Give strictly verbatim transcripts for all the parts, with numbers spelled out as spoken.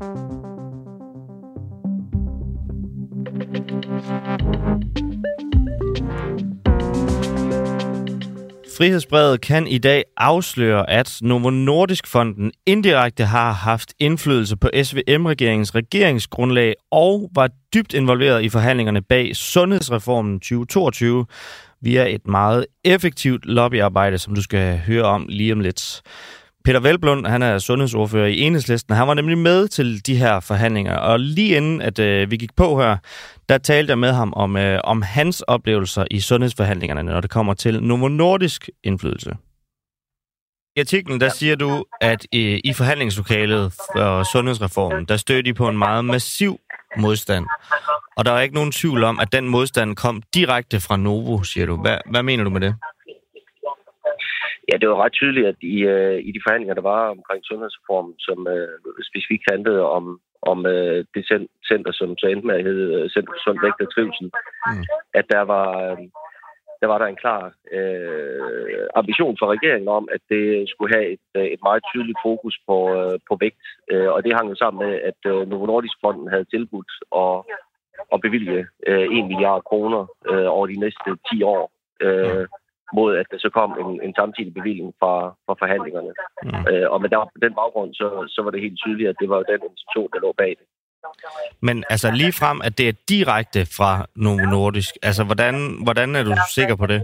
Frihedsbrevet kan i dag afsløre, at Novo Nordisk-fonden indirekte har haft indflydelse på S V M-regeringens regeringsgrundlag og var dybt involveret i forhandlingerne bag Sundhedsreformen tyve toogtyve via et meget effektivt lobbyarbejde, som du skal høre om lige om lidt. Peter Hvelplund, han er sundhedsordfører i Enhedslisten. Han var nemlig med til de her forhandlinger, og lige inden at øh, vi gik på her, der talte jeg med ham om, øh, om hans oplevelser i sundhedsforhandlingerne, når det kommer til Novo Nordisk indflydelse. I artiklen, der siger du, at øh, i forhandlingslokalet for sundhedsreformen, der stødte I på en meget massiv modstand. Og der er ikke nogen tvivl om, at den modstand kom direkte fra Novo, siger du. Hvad, hvad mener du med det? Ja, det var ret tydeligt, at i, øh, i de forhandlinger, der var omkring sundhedsreformen, som øh, specifikt handlede om, om øh, det center, som så endte med at hedde Center for Sund Vægt og Trivsel, mm. at der var, øh, der var der en klar øh, ambition for regeringen om, at det skulle have et, et meget tydeligt fokus på, øh, på vægt. Øh, og det hang jo sammen med, at øh, Novo Nordisk-fonden havde tilbudt at, at bevilge øh, en milliard kroner øh, over de næste ti år. Øh, mod at der så kom en, en samtidig bevilling fra, fra forhandlingerne. Mm. Øh, og med der, på den baggrund, så, så var det helt tydeligt, at det var den institution, der lå bag det. Men altså lige frem, at det er direkte fra Novo Nordisk. Altså, hvordan, hvordan er du sikker på det?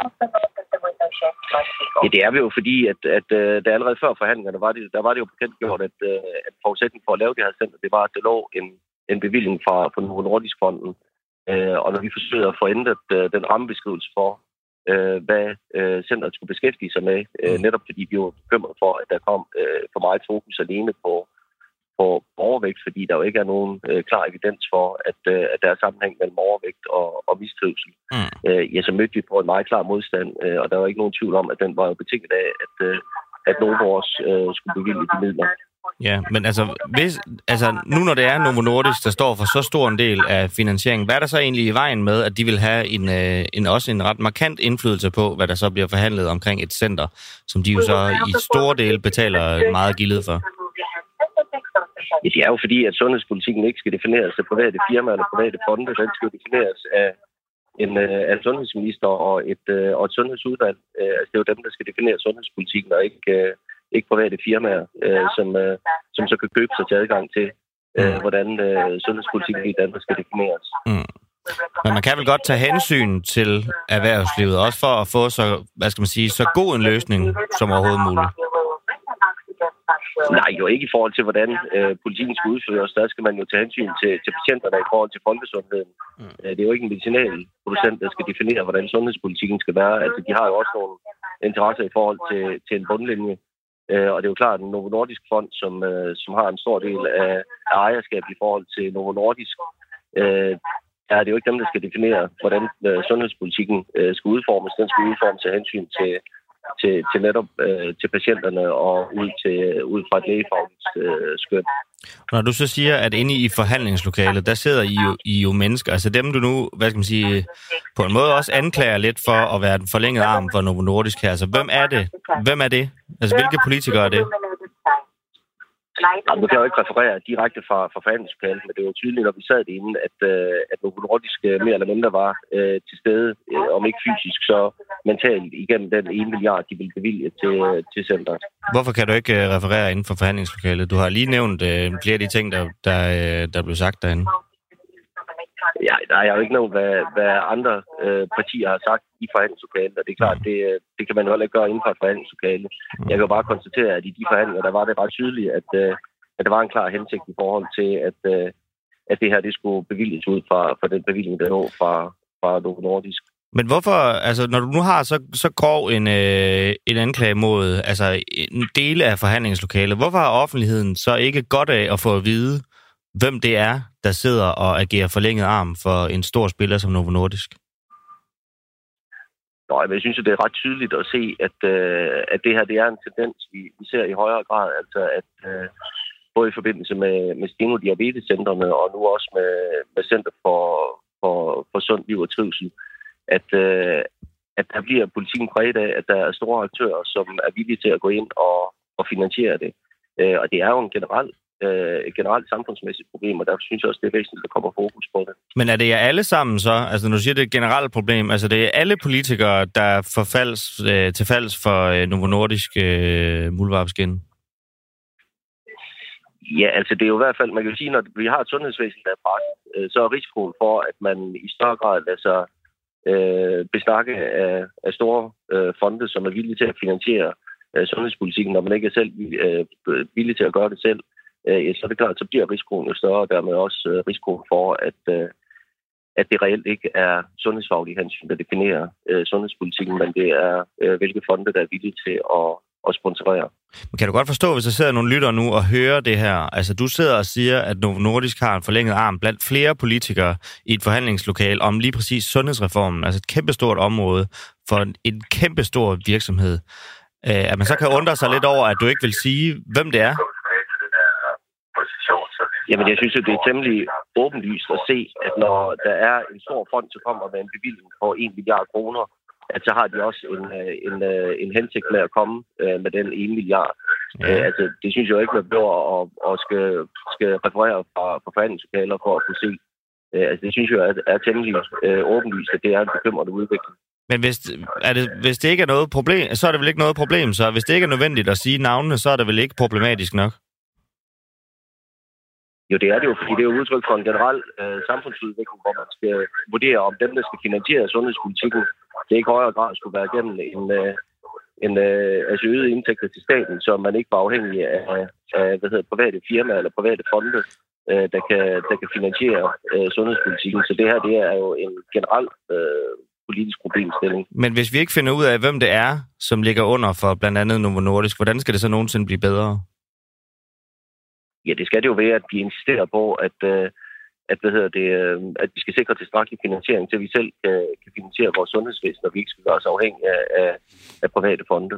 Ja, det er vi jo, fordi at, at, at der allerede før forhandlingerne var det, der var det jo bekendtgjort, at, at forudsætningen for at lave det her center, det var, at der lå en, en bevilling fra, fra Novo Nordisk-fonden. Øh, og når vi forsøger at få ændret den rammebeskrivelse for, Øh, hvad øh, centret skulle beskæftige sig med, øh, netop fordi vi var bekymret for, at der kom øh, for meget fokus alene på, på overvægt, fordi der jo ikke er nogen øh, klar evidens for, at, øh, at der er sammenhæng mellem overvægt og, og mistrivsel. Mm. Øh, ja, så mødte vi på en meget klar modstand, øh, og der var ikke nogen tvivl om, at den var jo betinget af, at, øh, at Novo også øh, skulle bevilge de midler. Ja, men altså, hvis, altså nu når det er Novo Nordisk, der står for så stor en del af finansieringen, hvad er der så egentlig i vejen med, at de vil have en, en også en ret markant indflydelse på, hvad der så bliver forhandlet omkring et center, som de jo så i store dele betaler meget gildet for? Ja, det er jo fordi, at sundhedspolitikken ikke skal defineres af private firmaer eller private fonde. Den skal defineres af en, af en sundhedsminister og et, og et sundhedsudvalg. Altså, det er jo dem, der skal definere sundhedspolitikken, og ikke... ikke private firmaer, øh, som, øh, som så kan købe sig til adgang til, øh, hvordan øh, sundhedspolitikken i Danmark skal defineres. Mm. Men man kan vel godt tage hensyn til erhvervslivet, også for at få så, hvad skal man sige, så god en løsning som overhovedet muligt? Nej, jo ikke i forhold til, hvordan øh, politikken skal udføres. Der skal man jo tage hensyn til, til patienterne i forhold til folkesundheden. Mm. Det er jo ikke en medicinalproducent, der skal definere, hvordan sundhedspolitikken skal være. Altså, de har jo også nogle interesser i forhold til, til en bundlinje. Uh, og det er jo klart, at Novo Nordisk Fond, som, uh, som har en stor del af, af ejerskab i forhold til Novo Nordisk, uh, er det jo ikke dem, der skal definere, hvordan uh, sundhedspolitikken uh, skal udformes. Den skal udformes af hensyn til, til, til netop uh, til patienterne og ud, til, ud fra et lægefagligt uh, skøn. Når du så siger, at inde i forhandlingslokalet, der sidder I jo, I jo mennesker, altså dem du nu, hvad skal man sige, på en måde også anklager lidt for at være den forlængede arm for Novo Nordisk her. Altså hvem er det? Hvem er det? Altså hvilke politikere er det? Jamen, nu kan jeg jo ikke referere direkte fra, fra forhandlingslokalet, men det er jo tydeligt, når vi sad det inde, at, uh, at Novo Nordisk uh, mere eller mindre var uh, til stede, uh, om ikke fysisk, så mentalt igennem den ene milliard, de ville bevilge til, uh, til centret. Hvorfor kan du ikke uh, referere inden for forhandlingslokalet? Du har lige nævnt uh, flere af de ting, der, der, uh, der blev sagt derinde. Ja, der er jo ikke noget, hvad, hvad andre øh, partier har sagt i forhandlingslokalet, og det er klart, det, det kan man jo heller ikke gøre inden for et forhandlingslokale. Jeg kan jo bare konstatere, at i de forhandlinger, der var det ret tydeligt, at, øh, at der var en klar hensigt i forhold til, at, øh, at det her det skulle bevilges ud fra, fra den bevilling, der lå fra, fra Novo Nordisk. Men hvorfor, altså når du nu har så, så grov en, øh, en anklage mod altså en dele af forhandlingslokalet, hvorfor har offentligheden så ikke godt af at få at vide, hvem det er, der sidder og agerer forlænget arm for en stor spiller som Novo Nordisk? Nå, men jeg synes, at det er ret tydeligt at se, at, øh, at det her det er en tendens, vi, vi ser i højere grad. Altså, at øh, både i forbindelse med, med Steno Diabetescentrene og nu også med, med Center for, for, for Sund Liv og Trivsel, at, øh, at der bliver politikken præget af, at der er store aktører, som er villige til at gå ind og, og finansiere det. Øh, og det er jo en generel øh, et generelt samfundsmæssigt problem, og derfor synes jeg også, det er væsentligt, at der kommer fokus på det. Men er det jer alle sammen så? Altså, når du siger, det er et generelt problem, altså det er alle politikere, der forfalds øh, til falds for øh, Novo Nordisk øh, muldvarpskin? Ja, altså det er jo i hvert fald, man kan jo sige, når vi har et sundhedsvæsen, der er presset, øh, så er risikoen for, at man i større grad lader sig øh, besnakke af, af store øh, fonde, som er villige til at finansiere øh, sundhedspolitikken, når man ikke er selv øh, villig til at gøre det selv, øh, så er det klart, så bliver risikoen jo større, og dermed også øh, risikoen for, at, øh, at det reelt ikke er sundhedsfaglige hensyn, der definerer øh, sundhedspolitikken, men det er øh, hvilke fonde, der er villige til at og sponsorere. Men kan du godt forstå, hvis der sidder nogle lyttere nu og hører det her? Altså, du sidder og siger, at Novo Nordisk har en forlænget arm blandt flere politikere i et forhandlingslokale om lige præcis sundhedsreformen, altså et kæmpestort område for en, en kæmpestor virksomhed. Øh, at man så kan undre sig lidt over, at du ikke vil sige, hvem det er? Jamen, jeg synes, at det er temmelig åbenlyst at se, at når der er en stor fond, så kommer med en bevilling på en milliard kroner, at så har de også en, en, en hensigt med at komme med den ene milliard. Ja. Altså, det synes jeg jo ikke, man behøver at, at skal, skal referere fra, fra forhandlingslokaler for at kunne se. Altså, det synes jeg er, er temmelig øh, åbenlyst, at det er en bekymrende udvikling. Men hvis, er det, hvis det ikke er noget problem, så er det vel ikke noget problem, så hvis det ikke er nødvendigt at sige navnene, så er det vel ikke problematisk nok? Jo, det er det jo, fordi det er jo udtryk for en generel øh, samfundsudvikling, hvor man skal vurdere, om dem, der skal finansiere sundhedspolitikken, det ikke i højere grad skulle være gennem en, øh, en øh, altså øget indtægter til staten, så man ikke var afhængig af, af hvad hedder, private firmaer eller private fonde, øh, der, kan, der kan finansiere øh, sundhedspolitikken. Så det her, det er jo en generel øh, politisk problemstilling. Men hvis vi ikke finder ud af, hvem det er, som ligger under for blandt andet Novo Nordisk, hvordan skal det så nogensinde blive bedre? Ja, det skal det jo være, at de insisterer på, at, at, hvad hedder det, at vi skal sikre tilstrækkelig finansiering, til vi selv kan, kan finansiere vores sundhedsvæsen, og vi ikke skal gøre os afhængige af, af, af private fonde.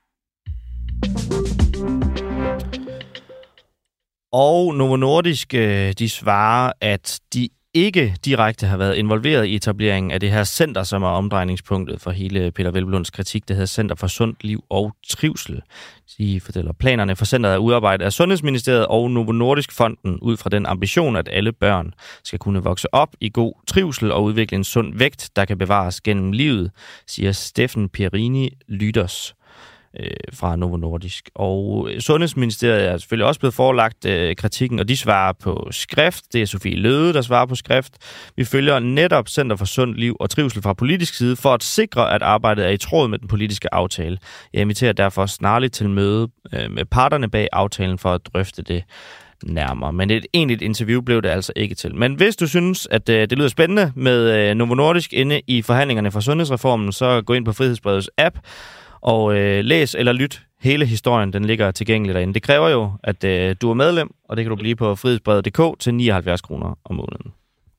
Og Novo Nordisk, de svarer, at de ikke direkte har været involveret i etableringen af det her center, som er omdrejningspunktet for hele Peder Hvelplunds kritik. Det hedder Center for Sundt Liv og Trivsel. De fortæller, planerne for centret er udarbejdet af Sundhedsministeriet og Novo Nordisk Fonden ud fra den ambition, at alle børn skal kunne vokse op i god trivsel og udvikle en sund vægt, der kan bevares gennem livet, siger Steffen Pierini Lyders fra Novo Nordisk. Og Sundhedsministeriet er selvfølgelig også blevet forelagt øh, kritikken, og de svarer på skrift. Det er Sofie Løde, der svarer på skrift. Vi følger netop Center for Sundt Liv og Trivsel fra politisk side for at sikre, at arbejdet er i tråd med den politiske aftale. Jeg inviterer derfor snarligt til møde øh, med parterne bag aftalen for at drøfte det nærmere. Men et egentligt interview blev det altså ikke til. Men hvis du synes, at øh, det lyder spændende med øh, Novo Nordisk inde i forhandlingerne for sundhedsreformen, så gå ind på Frihedsbrevets app og øh, læs eller lyt hele historien. Den ligger tilgængelig derinde. Det kræver jo, at øh, du er medlem, og det kan du blive på frihedsbrevet punktum d k til nioghalvfjerds kroner om måneden.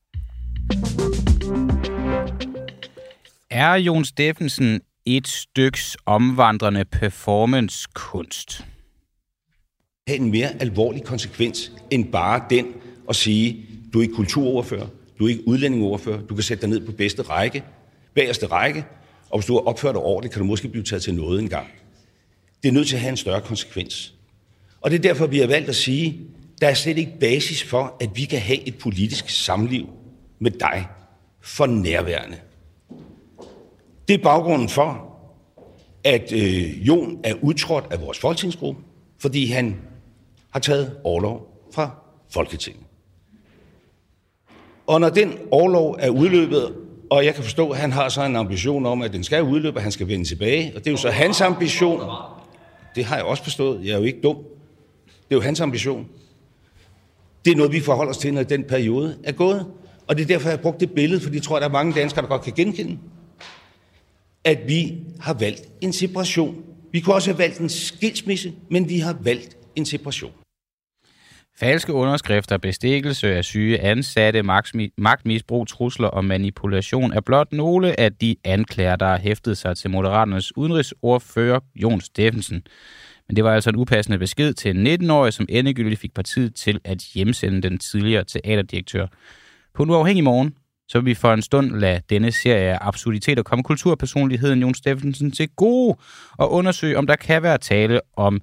Er Jon Steffensen et styks omvandrende performancekunst? Have en mere alvorlig konsekvens end bare den at sige, du er ikke kulturordfører, du er ikke udlændingeordfører, du kan sætte dig ned på bedste række, bagerste række, og hvis du har opført dig ordentligt, kan du måske blive taget til noget engang. Det er nødt til at have en større konsekvens. Og det er derfor, vi har valgt at sige, der er slet ikke basis for, at vi kan have et politisk samliv med dig for nærværende. Det er baggrunden for, at øh, Jon er udtrådt af vores folketingsgruppe, fordi han har taget orlov fra Folketinget. Og når den orlov er udløbet, og jeg kan forstå, at han har så en ambition om, at den skal udløbe, og han skal vende tilbage. Og det er jo så hans ambition. Det har jeg også forstået. Jeg er jo ikke dum. Det er jo hans ambition. Det er noget, vi forholder os til, når den periode er gået. Og det er derfor, jeg har brugt det billede, fordi jeg tror, at der er mange danskere, der godt kan genkende, at vi har valgt en separation. Vi kunne også have valgt en skilsmisse, men vi har valgt en separation. Falske underskrifter, bestikkelse af syge ansatte, magtmisbrug, trusler og manipulation er blot nogle af de anklager, der har hæftet sig til Moderaternes udenrigsordfører Jon Steffensen. Men det var altså en upassende besked til en nitten-årig, som endegyldigt fik partiet til at hjemsende den tidligere teaterdirektør. På en uafhængig morgen, så vil vi for en stund lade denne serie af absurditeter komme kulturpersonligheden Jon Steffensen til gode og undersøge, om der kan være tale om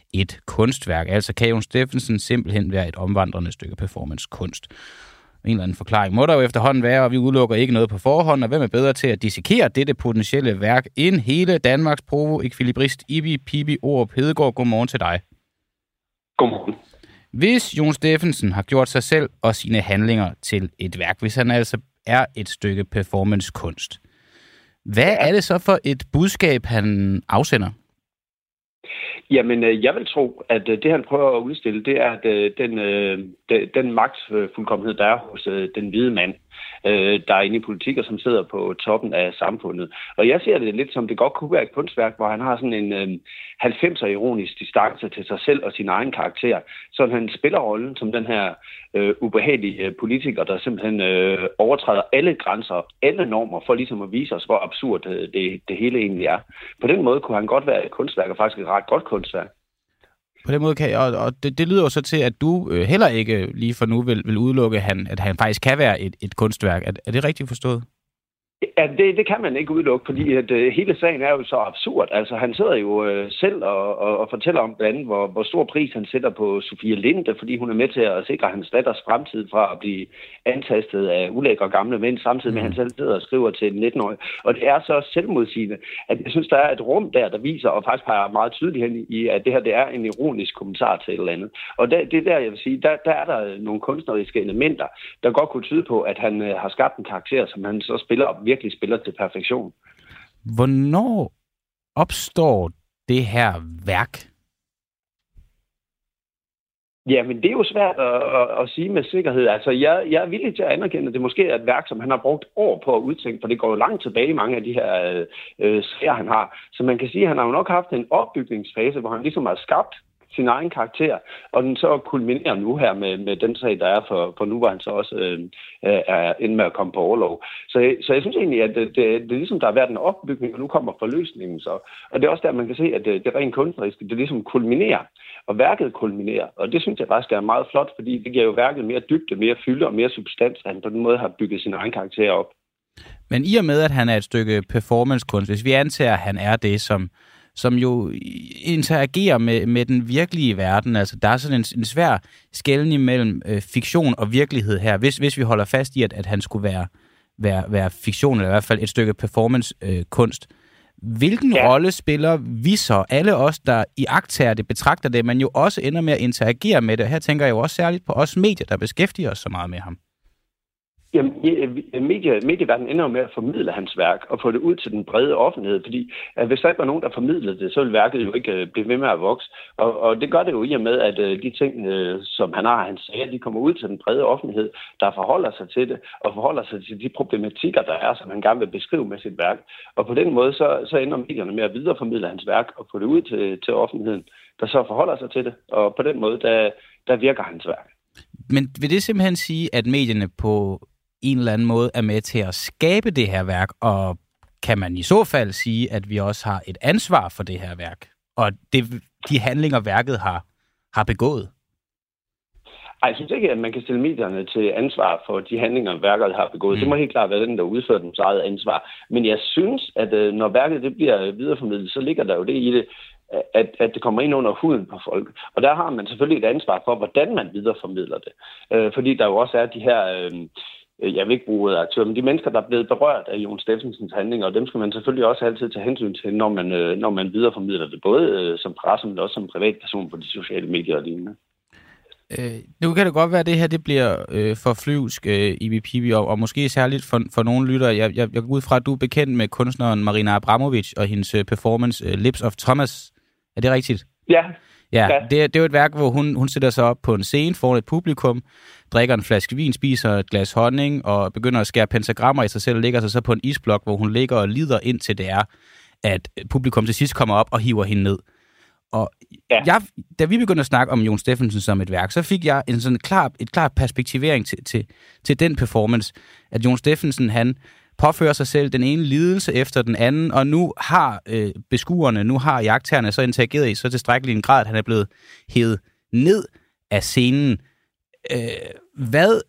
et kunstværk. Altså kan Jon Stephensen simpelthen være et omvandrende stykke performancekunst. En eller anden forklaring må der jo efterhånden være, og vi udelukker ikke noget på forhånd, og hvem er bedre til at dissekere dette potentielle værk end hele Danmarks provo-ekvilibrist Ibi Pibi Aarup Hedegaard. Godmorgen til dig. Godmorgen. Hvis Jon Stephensen har gjort sig selv og sine handlinger til et værk, hvis han altså er et stykke performancekunst, hvad er det så for et budskab, han afsender? Jamen, jeg vil tro, at det, han prøver at udstille, det er at den, den magtfuldkommenhed, der er hos den hvide mand, der er inde i politik, og som sidder på toppen af samfundet. Og jeg ser det lidt som, det godt kunne være et kunstværk, hvor han har sådan en halvfemser ironisk distance til sig selv og sin egen karakter. Så han spiller rollen som den her øh, ubehagelige politiker, der simpelthen øh, overtræder alle grænser, alle normer, for ligesom at vise os, hvor absurd det, det hele egentlig er. På den måde kunne han godt være et kunstværk, og faktisk et ret godt kunstværk. På den måde kan jeg, og, og det, det lyder jo så til, at du øh, heller ikke lige for nu vil, vil udelukke, han, at han faktisk kan være et, et kunstværk. Er, er det rigtigt forstået? Ja, det, det kan man ikke udelukke, fordi at, uh, hele sagen er jo så absurd. Altså, han sidder jo uh, selv og, og, og fortæller om blandt andet, hvor, hvor stor pris han sætter på Sofie Linde, fordi hun er med til at sikre hans datters fremtid fra at blive antastet af ulækre gamle mænd, samtidig med, at han selv sidder og skriver til en nitten-årig. Og det er så selvmodsigende, at jeg synes, der er et rum der, der viser, og faktisk peger meget tydeligt hen i, at det her det er en ironisk kommentar til et eller andet. Og det, det der, jeg vil sige, der, der er der nogle kunstneriske elementer, der godt kunne tyde på, at han uh, har skabt en karakter, som han så spiller op virkelig spiller til perfektion. Hvornår opstår det her værk? Ja, men det er jo svært at, at, at sige med sikkerhed. Altså, jeg, jeg er villig til at anerkende, at det måske er et værk, som han har brugt år på at udtænke, for det går jo langt tilbage i mange af de her øh, sager, han har. Så man kan sige, at han har jo nok haft en opbygningsfase, hvor han ligesom har skabt sin egen karakter, og den så kulminerer nu her med, med den sag, der er for, for nu, hvor han så også øh, er inde med at komme på overlov. Så, så jeg synes egentlig, at det, det, det er ligesom, der har været en opbygning, og nu kommer forløsningen så. Og det er også der, man kan se, at det, det rent kunstneriske, det ligesom kulminerer, og værket kulminerer. Og det synes jeg faktisk er meget flot, fordi det giver jo værket mere dybde, mere fylde og mere substans, at han på den måde har bygget sin egen karakter op. Men i og med, at han er et stykke performancekunst, hvis vi antager, at han er det, som som jo interagerer med, med den virkelige verden. Altså, der er sådan en, en svær skelnen imellem øh, fiktion og virkelighed her. Hvis, hvis vi holder fast i, at, at han skulle være, være, være fiktion, eller i hvert fald et stykke performance-kunst. Øh, Hvilken ja. rolle spiller vi så? Alle os, der iagttager det, betragter det, men jo også ender med at interagere med det. Her tænker jeg jo også særligt på os medier, der beskæftiger os så meget med ham. Jamen, medie, medieverdenen ender med at formidle hans værk og få det ud til den brede offentlighed, fordi at hvis der ikke var nogen, der formidlede det, så ville værket jo ikke blive ved med at vokse. Og, og det gør det jo i og med, at de ting, som han har, han sager, de kommer ud til den brede offentlighed, der forholder sig til det, og forholder sig til de problematikker, der er, som han gerne vil beskrive med sit værk. Og på den måde, så, så ender medierne med at videreformidle hans værk og få det ud til, til offentligheden, der så forholder sig til det. Og på den måde, der, der virker hans værk. Men vil det simpelthen sige, at medierne på en eller anden måde er med til at skabe det her værk, og kan man i så fald sige, at vi også har et ansvar for det her værk, og det, de handlinger, værket har, har begået? Ej, jeg synes ikke, at man kan stille medierne til ansvar for de handlinger, værket har begået. Mm. Det må helt klart være den, der udfører deres eget ansvar. Men jeg synes, at når værket det bliver videreformidlet, så ligger der jo det i det, at, at det kommer ind under huden på folk. Og der har man selvfølgelig et ansvar for, hvordan man videreformidler det. Øh, fordi der jo også er de her... Øh, jeg vil ikke bruge aktører, men de mennesker, der er blevet berørt af Jon Stephensens handlinger, og dem skal man selvfølgelig også altid tage hensyn til, når man, når man videreformidler det, både som presse, men også som privatperson på de sociale medier og lignende. Øh, nu kan det godt være, at det her det bliver øh, for flyvsk, øh, Ibi Pibi, og, og måske særligt for, for nogle lyttere. Jeg, jeg, jeg går ud fra, at du er bekendt med kunstneren Marina Abramovic og hendes øh, performance øh, Lips of Thomas. Er det rigtigt? Ja. Ja, ja. Det, det er jo et værk, hvor hun, hun sætter sig op på en scene foran et publikum, drikker en flaske vin, spiser et glas honning og begynder at skære pentagrammer i sig selv og lægger sig så på en isblok, hvor hun ligger og lider ind til det er, at publikum til sidst kommer op og hiver hende ned. Og ja. jeg, da vi begyndte at snakke om Jon Stephensen som et værk, så fik jeg en sådan klar, et klart perspektivering til, til, til den performance, at Jon Stephensen, han påfører sig selv den ene lidelse efter den anden, og nu har øh, beskuerne, nu har jagttagerne så interageret i så tilstrækkelig en grad, at han er blevet hævet ned af scenen. Øh, hvad,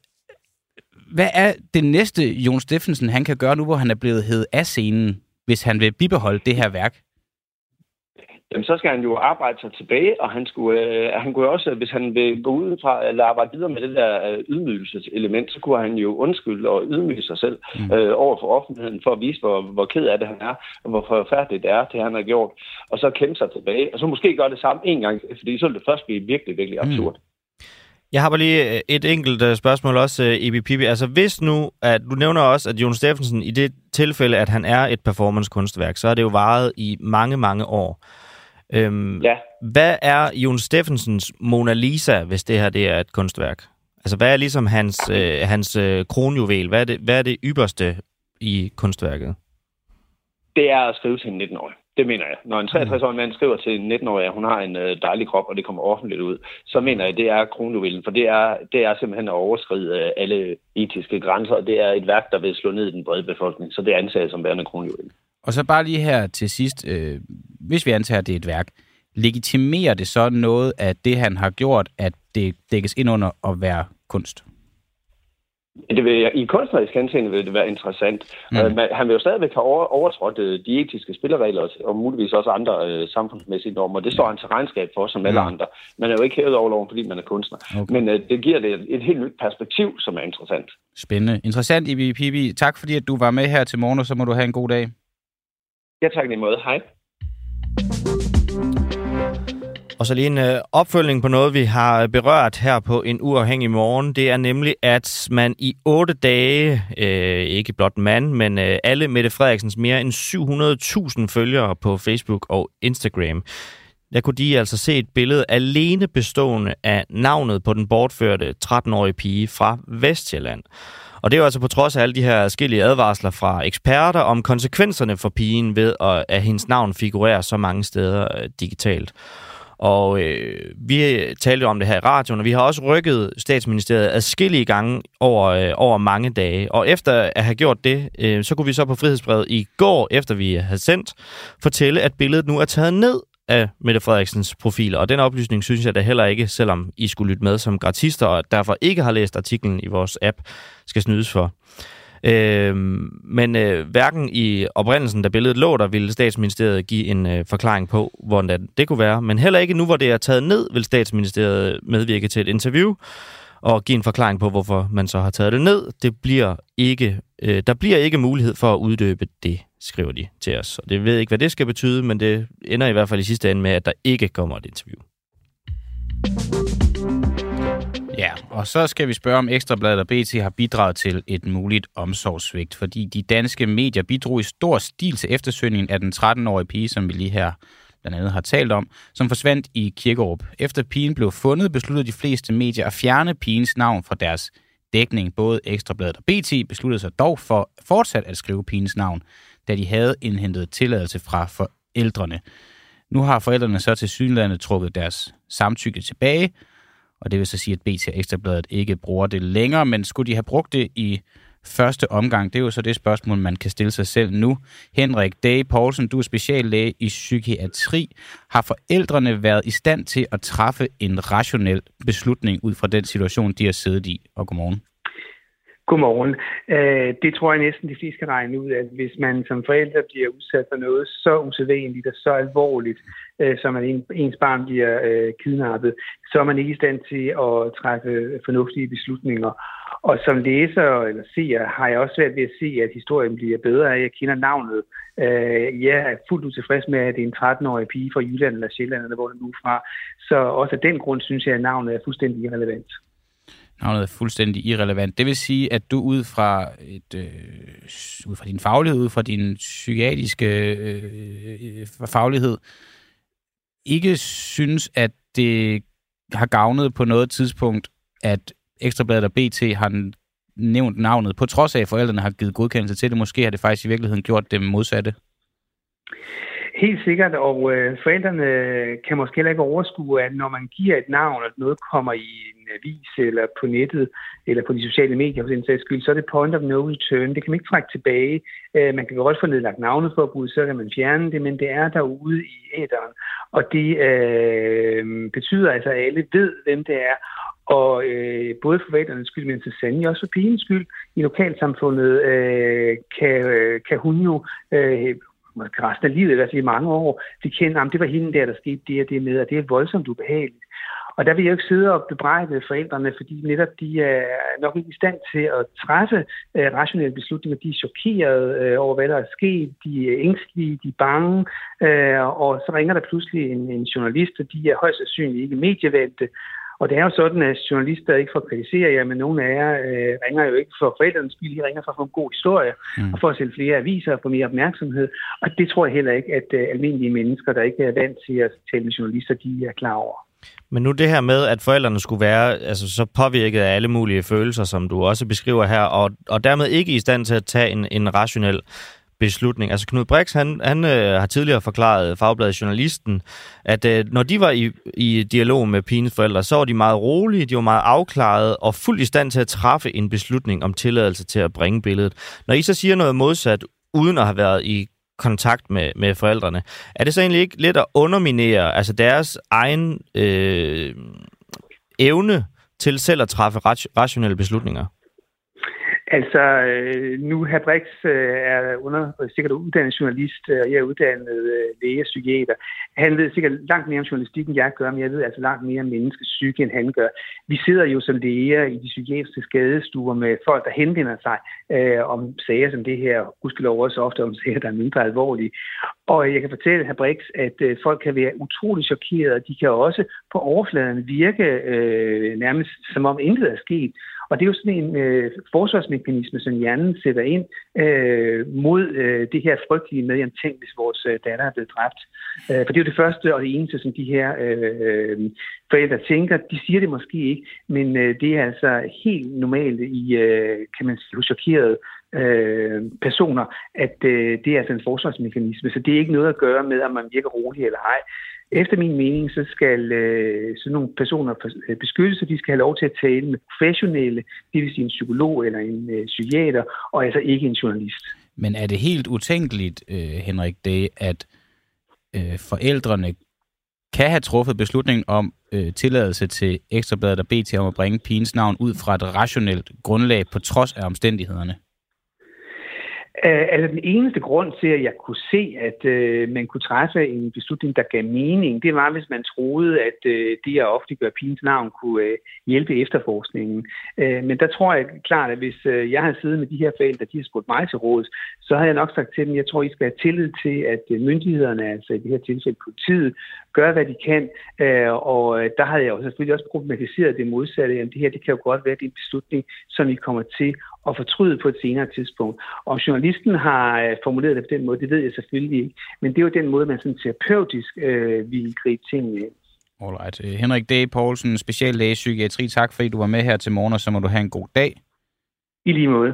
hvad er det næste, Jon Stephensen han kan gøre nu, hvor han er blevet hævet af scenen, hvis han vil bibeholde det her værk? jamen, så skal han jo arbejde sig tilbage, og han, skulle, øh, han kunne også, hvis han vil gå ud fra, eller arbejde videre med det der øh, ydmygelseselement, så kunne han jo undskylde og ydmyge sig selv mm. øh, over for offentligheden, for at vise, hvor, hvor ked af det han er, og hvor forfærdeligt det er, det han har gjort, og så kæmpe sig tilbage, og så måske gøre det samme en gang, fordi så vil det først blive virkelig, virkelig absurd. Mm. Jeg har bare lige et enkelt spørgsmål også, Ibi Pibi. Altså hvis nu, at du nævner også, at Jon Stephensen i det tilfælde, at han er et performance-kunstværk, så har det jo varet i mange, mange år. Øhm, ja. Hvad er Jon Stephensens Mona Lisa, hvis det her det er et kunstværk? Altså hvad er ligesom hans, øh, hans øh, kronjuvel? Hvad er, det, hvad er det ypperste i kunstværket? Det er at skrive til en nitten-årig. Det mener jeg. Når en treogtres-årig mand skriver til en nitten-årig, at hun har en øh, dejlig krop, og det kommer offentligt ud, så mener jeg, at det er kronjuvelen, for det er, det er simpelthen at overskride øh, alle etiske grænser, og det er et værk, der vil slå ned i den brede befolkning, så det anser jeg som værende kronjuvelen. Og så bare lige her til sidst, øh, hvis vi antager, at det er et værk, legitimerer det så noget af det, han har gjort, at det dækkes ind under at være kunst? Det vil, I kunstnerisk henseende vil det være interessant. Mm. Uh, man, han vil jo stadigvæk have over, overtrådt uh, de etiske spilleregler, og muligvis også andre uh, samfundsmæssige normer. Det står han til regnskab for, som alle mm. andre. Man er jo ikke hævet over loven, fordi man er kunstner. Okay. Men uh, det giver det et, et helt nyt perspektiv, som er interessant. Spændende. Interessant, Ibi Pibi. Tak fordi, at du var med her til morgen, og så må du have en god dag. Ja, tak lige måde. Hej. Og så lige en øh, opfølgning på noget, vi har berørt her på En Uafhængig Morgen. Det er nemlig, at man i otte dage, øh, ikke blot mand, men øh, alle Mette Frederiksens mere end syv hundrede tusind følgere på Facebook og Instagram, der kunne de altså se et billede alene bestående af navnet på den bortførte tretten-årige pige fra Vestsjælland. Og det er jo altså på trods af alle de her forskellige advarsler fra eksperter om konsekvenserne for pigen ved, at, at hendes navn figurerer så mange steder øh, digitalt. Og øh, vi talte om det her i radioen, og vi har også rykket Statsministeriet adskillige gange over, øh, over mange dage. Og efter at have gjort det, øh, så kunne vi så på Frihedsbrevet i går, efter vi havde sendt, fortælle, at billedet nu er taget ned af Mette Frederiksens profiler. Og den oplysning synes jeg da heller ikke, selvom I skulle lytte med som gratister, og derfor ikke har læst artiklen i vores app, skal snydes for. Øh, men øh, hverken i oprindelsen, da billedet lå der, ville Statsministeriet give en øh, forklaring på, hvordan det kunne være. Men heller ikke nu, hvor det er taget ned, vil Statsministeriet medvirke til et interview og give en forklaring på, hvorfor man så har taget det ned. Det bliver ikke, øh, der bliver ikke mulighed for at uddøbe det, skriver de til os. Og det ved ikke, hvad det skal betyde, men det ender i hvert fald i sidste ende med, at der ikke kommer et interview. Ja, og så skal vi spørge, om Ekstra Bladet og B T har bidraget til et muligt omsorgssvigt, fordi de danske medier bidrog i stor stil til eftersøgningen af den tretten-årige pige, som vi lige her blandt andet har talt om, som forsvandt i Kirkerup. Efter pigen blev fundet, besluttede de fleste medier at fjerne pigens navn fra deres dækning. Både Ekstra Bladet og B T besluttede sig dog for fortsat at skrive pigens navn, da de havde indhentet tilladelse fra forældrene. Nu har forældrene så til synlandet trukket deres samtykke tilbage, og det vil så sige, at B T og Ekstra Bladet ikke bruger det længere, men skulle de have brugt det i første omgang? Det er jo så det spørgsmål, man kan stille sig selv nu. Henrik Dage Poulsen, du er speciallæge i psykiatri. Har forældrene været i stand til at træffe en rationel beslutning ud fra den situation, de har siddet i? Og godmorgen. Godmorgen. Det tror jeg næsten de fleste kan regne ud, at hvis man som forældre bliver udsat for noget så usædvanligt og så alvorligt, som at ens barn bliver kidnappet, så er man ikke i stand til at træffe fornuftige beslutninger. Og som læser eller seer har jeg også svært ved at se, at historien bliver bedre af. Jeg kender navnet. Jeg er fuldt ud tilfreds med, at det er en tretten-årig pige fra Jylland eller Sjælland, eller hvor det nu er fra. Så også af den grund synes jeg, at navnet er fuldstændig irrelevant. Navnet er fuldstændig irrelevant. Det vil sige, at du ud fra, et, øh, ud fra din faglighed, ud fra din psykiatriske øh, faglighed, ikke synes, at det har gavnet på noget tidspunkt, at Ekstra Bladet og B T har nævnt navnet, på trods af, at forældrene har givet godkendelse til det. Måske har det faktisk i virkeligheden gjort det modsatte. Helt sikkert, og øh, forældrene kan måske heller ikke overskue, at når man giver et navn, at noget kommer i en avis eller på nettet, eller på de sociale medier for den sags skyld, så er det point of no return. Det kan man ikke trække tilbage. Øh, man kan godt få nedlagt navneforbud, så kan man fjerne det, men det er derude i æteren. Og det øh, betyder altså, at alle ved, hvem det er. Og øh, både for forældrenes skyld, men så sandelig også for pigens skyld i lokalsamfundet, øh, kan, øh, kan hun jo... Øh, resten af livet, altså i mange år, de kender, at det var hende der, der skete det og det med, og det er voldsomt ubehageligt. Og der vil jeg jo ikke sidde og bebrejde forældrene, fordi netop de er nok ikke i stand til at træffe uh, rationelle beslutninger. De er chokeret uh, over, hvad der er sket. De er ængstlige, de er bange. Uh, og så ringer der pludselig en, en journalist, og de er højst sandsynligt ikke medievante. Og det er jo sådan, at journalister ikke får kritisere jer, men nogle af jer uh, ringer jo ikke for forældrenes skyld, de ringer for at få en god historie, mm. og for at sælge flere aviser og få mere opmærksomhed. Og det tror jeg heller ikke, at uh, almindelige mennesker, der ikke er vant til at tale med journalister, de er klar over. Men nu det her med, at forældrene skulle være altså, så påvirket af alle mulige følelser, som du også beskriver her, og, og dermed ikke i stand til at tage en, en rationel beslutning. Altså Knud Brix, han, han øh, har tidligere forklaret Fagbladet Journalisten, at øh, når de var i, i dialog med pigens forældre, så var de meget rolige, de var meget afklarede og fuldt i stand til at træffe en beslutning om tilladelse til at bringe billedet. Når I så siger noget modsat, uden at have været i kontakt med, med forældrene, er det så egentlig ikke lidt at underminere altså deres egen øh, evne til selv at træffe rationelle beslutninger? Altså, nu hr. Brix er under, sikkert uddannet journalist, og jeg er uddannet læge og psykiater. Han ved sikkert langt mere om journalistik, end jeg gør, men jeg ved altså langt mere om menneskets psyke, end han gør. Vi sidder jo som læger i de psykiatriske skadestuer med folk, der henvender sig øh, om sager som det her, gudskelov også ofte om sager, der er mindre alvorlige. Og jeg kan fortælle hr. Brix, at øh, folk kan være utrolig chokerede. De kan også på overfladen virke øh, nærmest som om intet er sket. Og det er jo sådan en øh, forsvarsmekanisme, som hjernen sætter ind øh, mod øh, det her frygtelige med, at tænk, hvis vores øh, datter er blevet dræbt. Øh, for det er jo det første og det eneste, som de her øh, forældre tænker. De siger det måske ikke, men øh, det er altså helt normalt i, øh, kan man sige, chokerede øh, personer, at øh, det er altså en forsvarsmekanisme. Så det er ikke noget at gøre med, om man virker rolig eller ej. Efter min mening, så skal øh, sådan nogle personer beskyttes, og de skal have lov til at tale med professionelle, det vil sige en psykolog eller en øh, psykiater, og altså ikke en journalist. Men er det helt utænkeligt, øh, Henrik, det, at øh, forældrene kan have truffet beslutningen om øh, tilladelse til Ekstrabladet og B T om at bringe pigens navn ud fra et rationelt grundlag på trods af omstændighederne? Uh, altså den eneste grund til, at jeg kunne se, at uh, man kunne træffe en beslutning, der gav mening, det var, hvis man troede, at uh, det at offentliggøre pigens navn kunne uh, hjælpe efterforskningen. Uh, men der tror jeg klart, at hvis uh, jeg havde siddet med de her forældre, de har spurgt mig til råds, så havde jeg nok sagt til dem, jeg tror, I skal have tillid til, at uh, myndighederne, altså i det her tilfælde politiet, gør, hvad de kan. Uh, og uh, der havde jeg jo selvfølgelig også problematiseret det modsatte. Jamen, det her, det kan jo godt være, det er en beslutning, som I kommer til at fortryde på et senere tidspunkt. Og journalisten har formuleret det på den måde, det ved jeg selvfølgelig ikke, men det er jo den måde, man sådan terapeutisk øh, vil gribe tingene ind. Alright. Henrik D. Poulsen, speciallæge i psykiatri, tak fordi du var med her til morgen, og så må du have en god dag. I lige måde.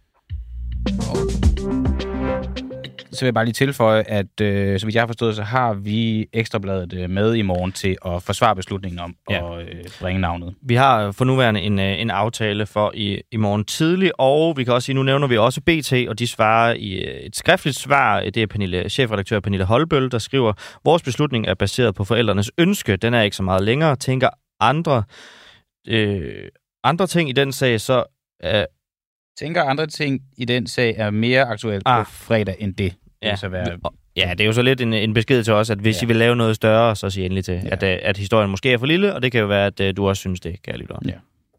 Så vil jeg bare lige tilføje, at øh, så vidt jeg har forstået, så har vi Ekstrabladet øh, med i morgen til at forsvare beslutningen om ja. at øh, bringe navnet. Vi har for nuværende en, en aftale for i, i morgen tidlig, og vi kan også sige, nu nævner vi også B T, og de svarer i et skriftligt svar. Det er Pernille, chefredaktør Pernille Holbøl, der skriver, vores beslutning er baseret på forældrenes ønske. Den er ikke så meget længere. Tænker andre, øh, andre ting i den sag, så... Øh, Tænker andre ting i den sag er mere aktuelt ah. på fredag end det. Ja. Være... ja, det er jo så lidt en, en besked til os, at hvis ja. I vil lave noget større, så sig endelig til, ja. at, at historien måske er for lille, og det kan jo være, at du også synes det, kære lytter. Ja.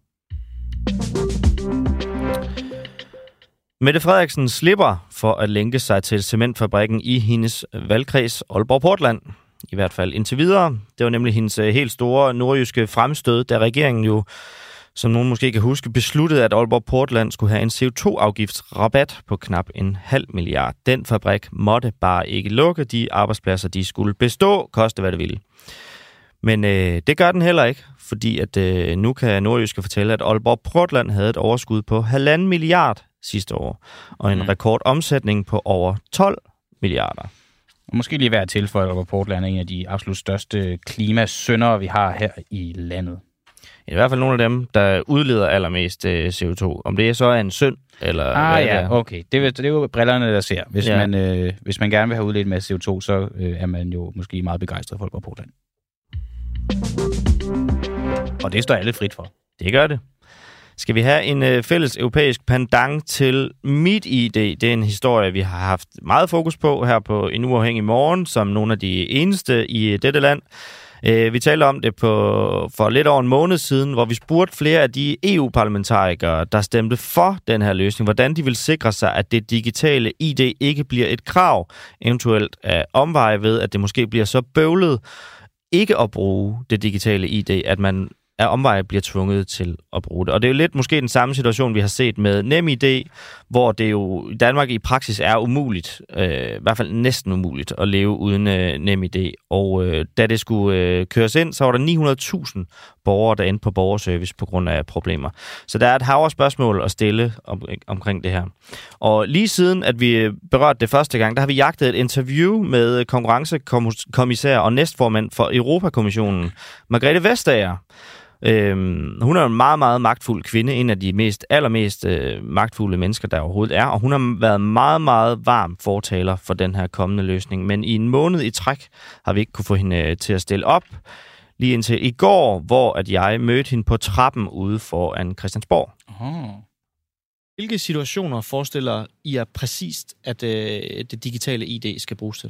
Mette Frederiksen slipper for at lænke sig til cementfabrikken i hendes valgkreds Aalborg Portland. I hvert fald indtil videre. Det var nemlig hendes helt store nordjyske fremstød, da regeringen jo, som nogen måske kan huske, besluttede, at Aalborg Portland skulle have en C O to afgiftsrabat på knap en halv milliard. Den fabrik måtte bare ikke lukke. De arbejdspladser, de skulle bestå, koste hvad det ville. Men øh, det gør den heller ikke, fordi at øh, nu kan Nordjyske fortælle, at Aalborg Portland havde et overskud på halvanden milliard sidste år, og en mm. rekordomsætning på over tolv milliarder. Og måske lige værd at tilføje, at Aalborg Portland er en af de absolut største klimasyndere, vi har her i landet. I hvert fald nogle af dem, der udleder allermest øh, C O to. Om det så er en synd, eller... Ah ja, er. okay. Det er, det er jo brillerne, der ser. Hvis, ja. man, øh, hvis man gerne vil have udledt med C O to, så øh, er man jo måske meget begejstret for Aalborg Portland. Og det står alle frit for. Det gør det. Skal vi have en øh, fælles europæisk pendant til MitID? Det er en historie, vi har haft meget fokus på her på En Uafhængig Morgen, som nogle af de eneste i dette land. Øh, vi talte om det på, for lidt over en måned siden, hvor vi spurgte flere af de E U-parlamentarikere, der stemte for den her løsning, hvordan de vil sikre sig, at det digitale I D ikke bliver et krav, eventuelt af omveje ved, at det måske bliver så bøvlet ikke at bruge det digitale I D, at man af omveje bliver tvunget til at bruge det. Og det er jo lidt måske den samme situation, vi har set med NemID, hvor det jo i Danmark i praksis er umuligt, øh, i hvert fald næsten umuligt, at leve uden øh, NemID. Og øh, da det skulle øh, køres ind, så var der ni hundrede tusind borgere, der endte på borgerservice på grund af problemer. Så der er et hav af spørgsmål at stille om, omkring det her. Og lige siden, at vi berørte det første gang, der har vi jagtet et interview med konkurrencekommissær og næstformand for Europakommissionen, Margrethe Vestager. Øhm, hun er en meget, meget magtfuld kvinde, en af de mest, allermest øh, magtfulde mennesker, der overhovedet er, og hun har været meget, meget varm fortaler for den her kommende løsning, men i en måned i træk har vi ikke kunne få hende øh, til at stille op, lige indtil i går, hvor at jeg mødte hende på trappen ude foran Christiansborg. Oh. Hvilke situationer forestiller I jer præcist, at øh, det digitale I D skal bruges til?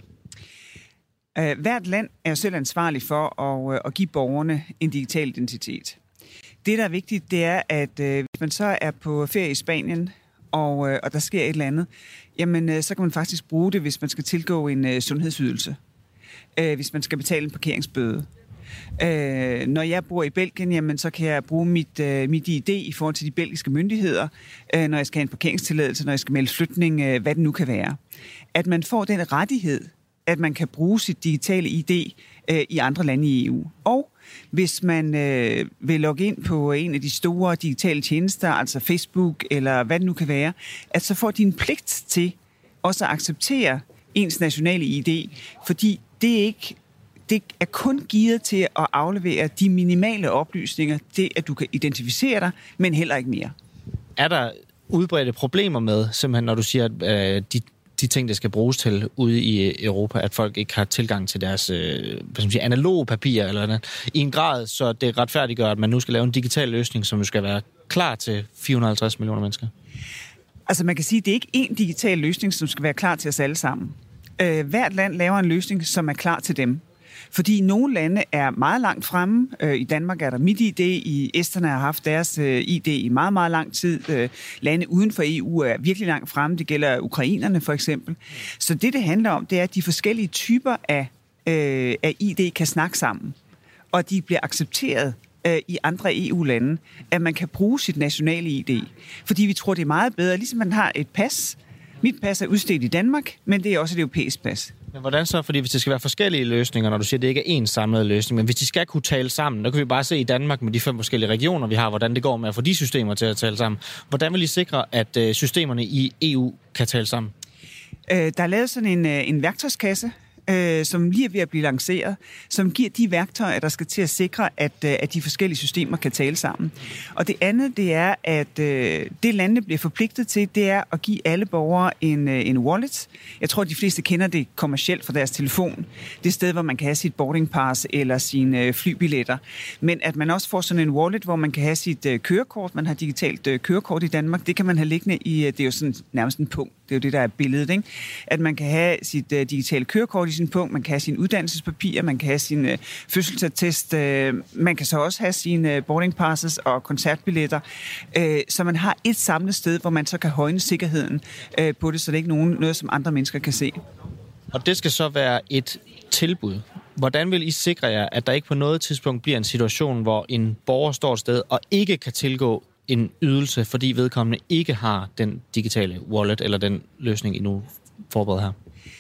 Uh, hvert land er jo selv ansvarlig for at, uh, at give borgerne en digital identitet. Det, der er vigtigt, det er, at uh, hvis man så er på ferie i Spanien, og, uh, og der sker et eller andet, jamen uh, så kan man faktisk bruge det, hvis man skal tilgå en uh, sundhedsydelse. Uh, hvis man skal betale en parkeringsbøde. Uh, når jeg bor i Belgien, jamen, så kan jeg bruge mit, uh, mit I D i forhold til de belgiske myndigheder, uh, når jeg skal have en parkeringstilladelse, når jeg skal melde flytning, uh, hvad det nu kan være. At man får den rettighed, at man kan bruge sit digitale I D øh, i andre lande i E U. Og hvis man øh, vil logge ind på en af de store digitale tjenester, altså Facebook eller hvad det nu kan være, at så får de en pligt til også at acceptere ens nationale I D, fordi det er ikke det er kun givet til at aflevere de minimale oplysninger, det at du kan identificere dig, men heller ikke mere. Er der udbredte problemer med, simpelthen når du siger, at øh, de de ting, der skal bruges til ude i Europa, at folk ikke har tilgang til deres øh, hvad skal man sige, analoge papirer eller noget, i en grad, så det retfærdiggør, at man nu skal lave en digital løsning, som skal være klar til fire hundrede og halvtreds millioner mennesker? Altså man kan sige, at det er ikke én digital løsning, som skal være klar til os alle sammen. Øh, hvert land laver en løsning, som er klar til dem. Fordi nogle lande er meget langt fremme. I Danmark er der MitID, i Esterne har haft deres I D i meget, meget lang tid. Lande uden for E U er virkelig langt fremme. Det gælder ukrainerne for eksempel. Så det, det handler om, det er, at de forskellige typer af, øh, af I D kan snakke sammen. Og de bliver accepteret øh, i andre E U-lande, at man kan bruge sit nationale I D. Fordi vi tror, det er meget bedre. Ligesom man har et pas. Mit pas er udstedt i Danmark, men det er også et europæisk pas. Men hvordan så? Fordi hvis det skal være forskellige løsninger, når du siger, at det ikke er én samlet løsning, men hvis de skal kunne tale sammen, der kan vi bare se i Danmark med de fem forskellige regioner, vi har, hvordan det går med at få de systemer til at tale sammen. Hvordan vil I sikre, at øh, systemerne i E U kan tale sammen? Øh, der er lavet sådan en, en værktøjskasse, øh, som lige er ved at blive lanceret, som giver de værktøjer, der skal til at sikre, at, øh, at de forskellige systemer kan tale sammen. Og det andet, det er, at øh, det landene bliver forpligtet til, det er at give alle borgere en, øh, en wallet. Jeg tror, de fleste kender det kommercielt fra deres telefon. Det er sted, hvor man kan have sit boarding pass eller sine øh, flybilletter. Men at man også får sådan en wallet, hvor man kan have sit øh, kørekort. Man har digitalt øh, kørekort i Danmark. Det kan man have liggende i, øh, det er jo sådan nærmest en punkt. Det er jo det, der er billedet, ikke? At man kan have sit øh, digitale kørekort i sin punkt, man kan have sine uddannelsespapirer, man kan have sin øh, fødselsattest, øh, man kan så også have sine øh, boarding passes og koncertbilletter, øh, så man har et samlet sted, hvor man så kan højne sikkerheden øh, på det, så det er ikke nogen, noget, som andre mennesker kan se. Og det skal så være et tilbud. Hvordan vil I sikre jer, at der ikke på noget tidspunkt bliver en situation, hvor en borger står et sted og ikke kan tilgå en ydelse, fordi vedkommende ikke har den digitale wallet eller den løsning, I nu forbereder her?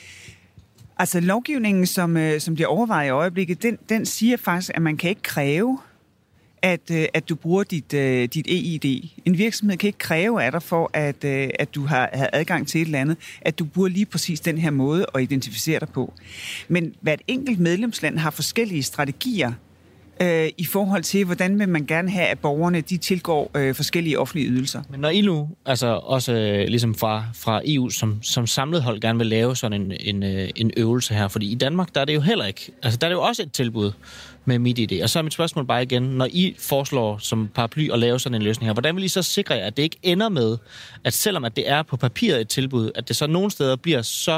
Altså lovgivningen, som, som bliver overvejet i øjeblikket, den, den siger faktisk, at man kan ikke kræve, at, at du bruger dit, dit E I D. En virksomhed kan ikke kræve af dig for, at, at du har, har adgang til et eller andet, at du bruger lige præcis den her måde at identificere dig på. Men hvert enkelt medlemsland har forskellige strategier øh, i forhold til, hvordan vil man gerne have, at borgerne de tilgår øh, forskellige offentlige ydelser. Men når I nu, altså også øh, ligesom fra, fra E U, som, som samlet hold gerne vil lave sådan en, en, øh, en øvelse her, fordi i Danmark, der er det jo heller ikke, altså der er det jo også et tilbud med MitID. Og så er mit spørgsmål bare igen, når I foreslår som paraply at lave sådan en løsning her, hvordan vil I så sikre jer, at det ikke ender med, at selvom at det er på papiret et tilbud, at det så nogle steder bliver så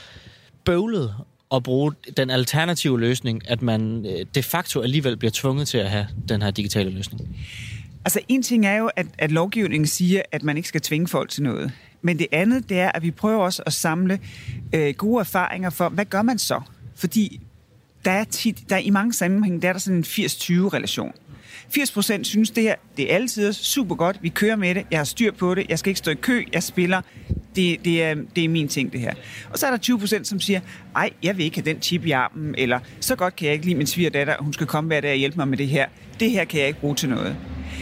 bøvlet at bruge den alternative løsning, at man de facto alligevel bliver tvunget til at have den her digitale løsning? Altså en ting er jo, at, at lovgivningen siger, at man ikke skal tvinge folk til noget. Men det andet, det er, at vi prøver også at samle øh, gode erfaringer for, hvad gør man så? Fordi der er, tit, der er i mange sammenhænge, der er der sådan en firs tyve relation. firs procent synes det her, det er altid super godt, vi kører med det, jeg har styr på det, jeg skal ikke stå i kø, jeg spiller, det, det, er, det er min ting det her. Og så er der tyve procent, som siger, ej, jeg vil ikke have den chip i armen, eller så godt kan jeg ikke lide min svigerdatter, hun skal komme hver dag og hjælpe mig med det her. Det her kan jeg ikke bruge til noget.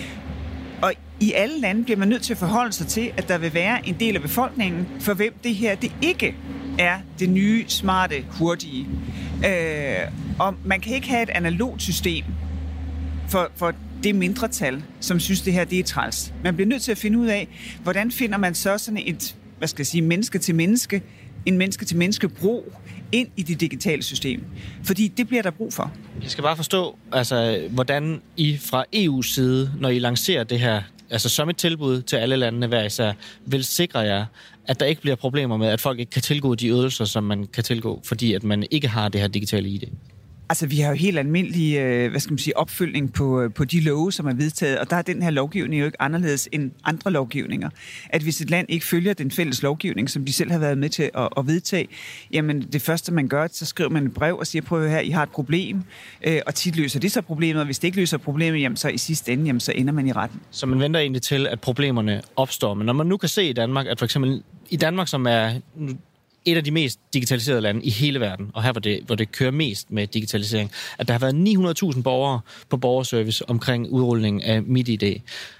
Og i alle lande bliver man nødt til at forholde sig til, at der vil være en del af befolkningen, for hvem det her, det ikke er det nye, smarte, hurtige. Øh, og man kan ikke have et analogt system for, for det mindretal, som synes, det her det er træls. Man bliver nødt til at finde ud af, hvordan finder man så sådan et, hvad skal jeg sige, menneske til menneske, en menneske til menneske bro ind i det digitale system. Fordi det bliver der brug for. Jeg skal bare forstå, altså, hvordan I fra E U's side, når I lancerer det her, altså som et tilbud til alle landene hver især, vil sikre jer, at der ikke bliver problemer med, at folk ikke kan tilgå de ydelser, som man kan tilgå, fordi at man ikke har det her digitale I D. Altså, vi har jo helt almindelig, hvad skal man sige, opfølgning på, på de love, som er vedtaget, og der er den her lovgivning jo ikke anderledes end andre lovgivninger. At hvis et land ikke følger den fælles lovgivning, som de selv har været med til at, at vedtage, jamen det første, man gør, så skriver man et brev og siger, prøv her, I har et problem, og tit løser det så problemet, og hvis det ikke løser problemet, jamen så i sidste ende, jamen så ender man i retten. Så man venter egentlig til, at problemerne opstår. Men når man nu kan se i Danmark, at for eksempel i Danmark, som er et af de mest digitaliserede lande i hele verden, og her hvor det, hvor det kører mest med digitalisering, at der har været ni hundrede tusind borgere på borgerservice omkring udrulningen af MitID.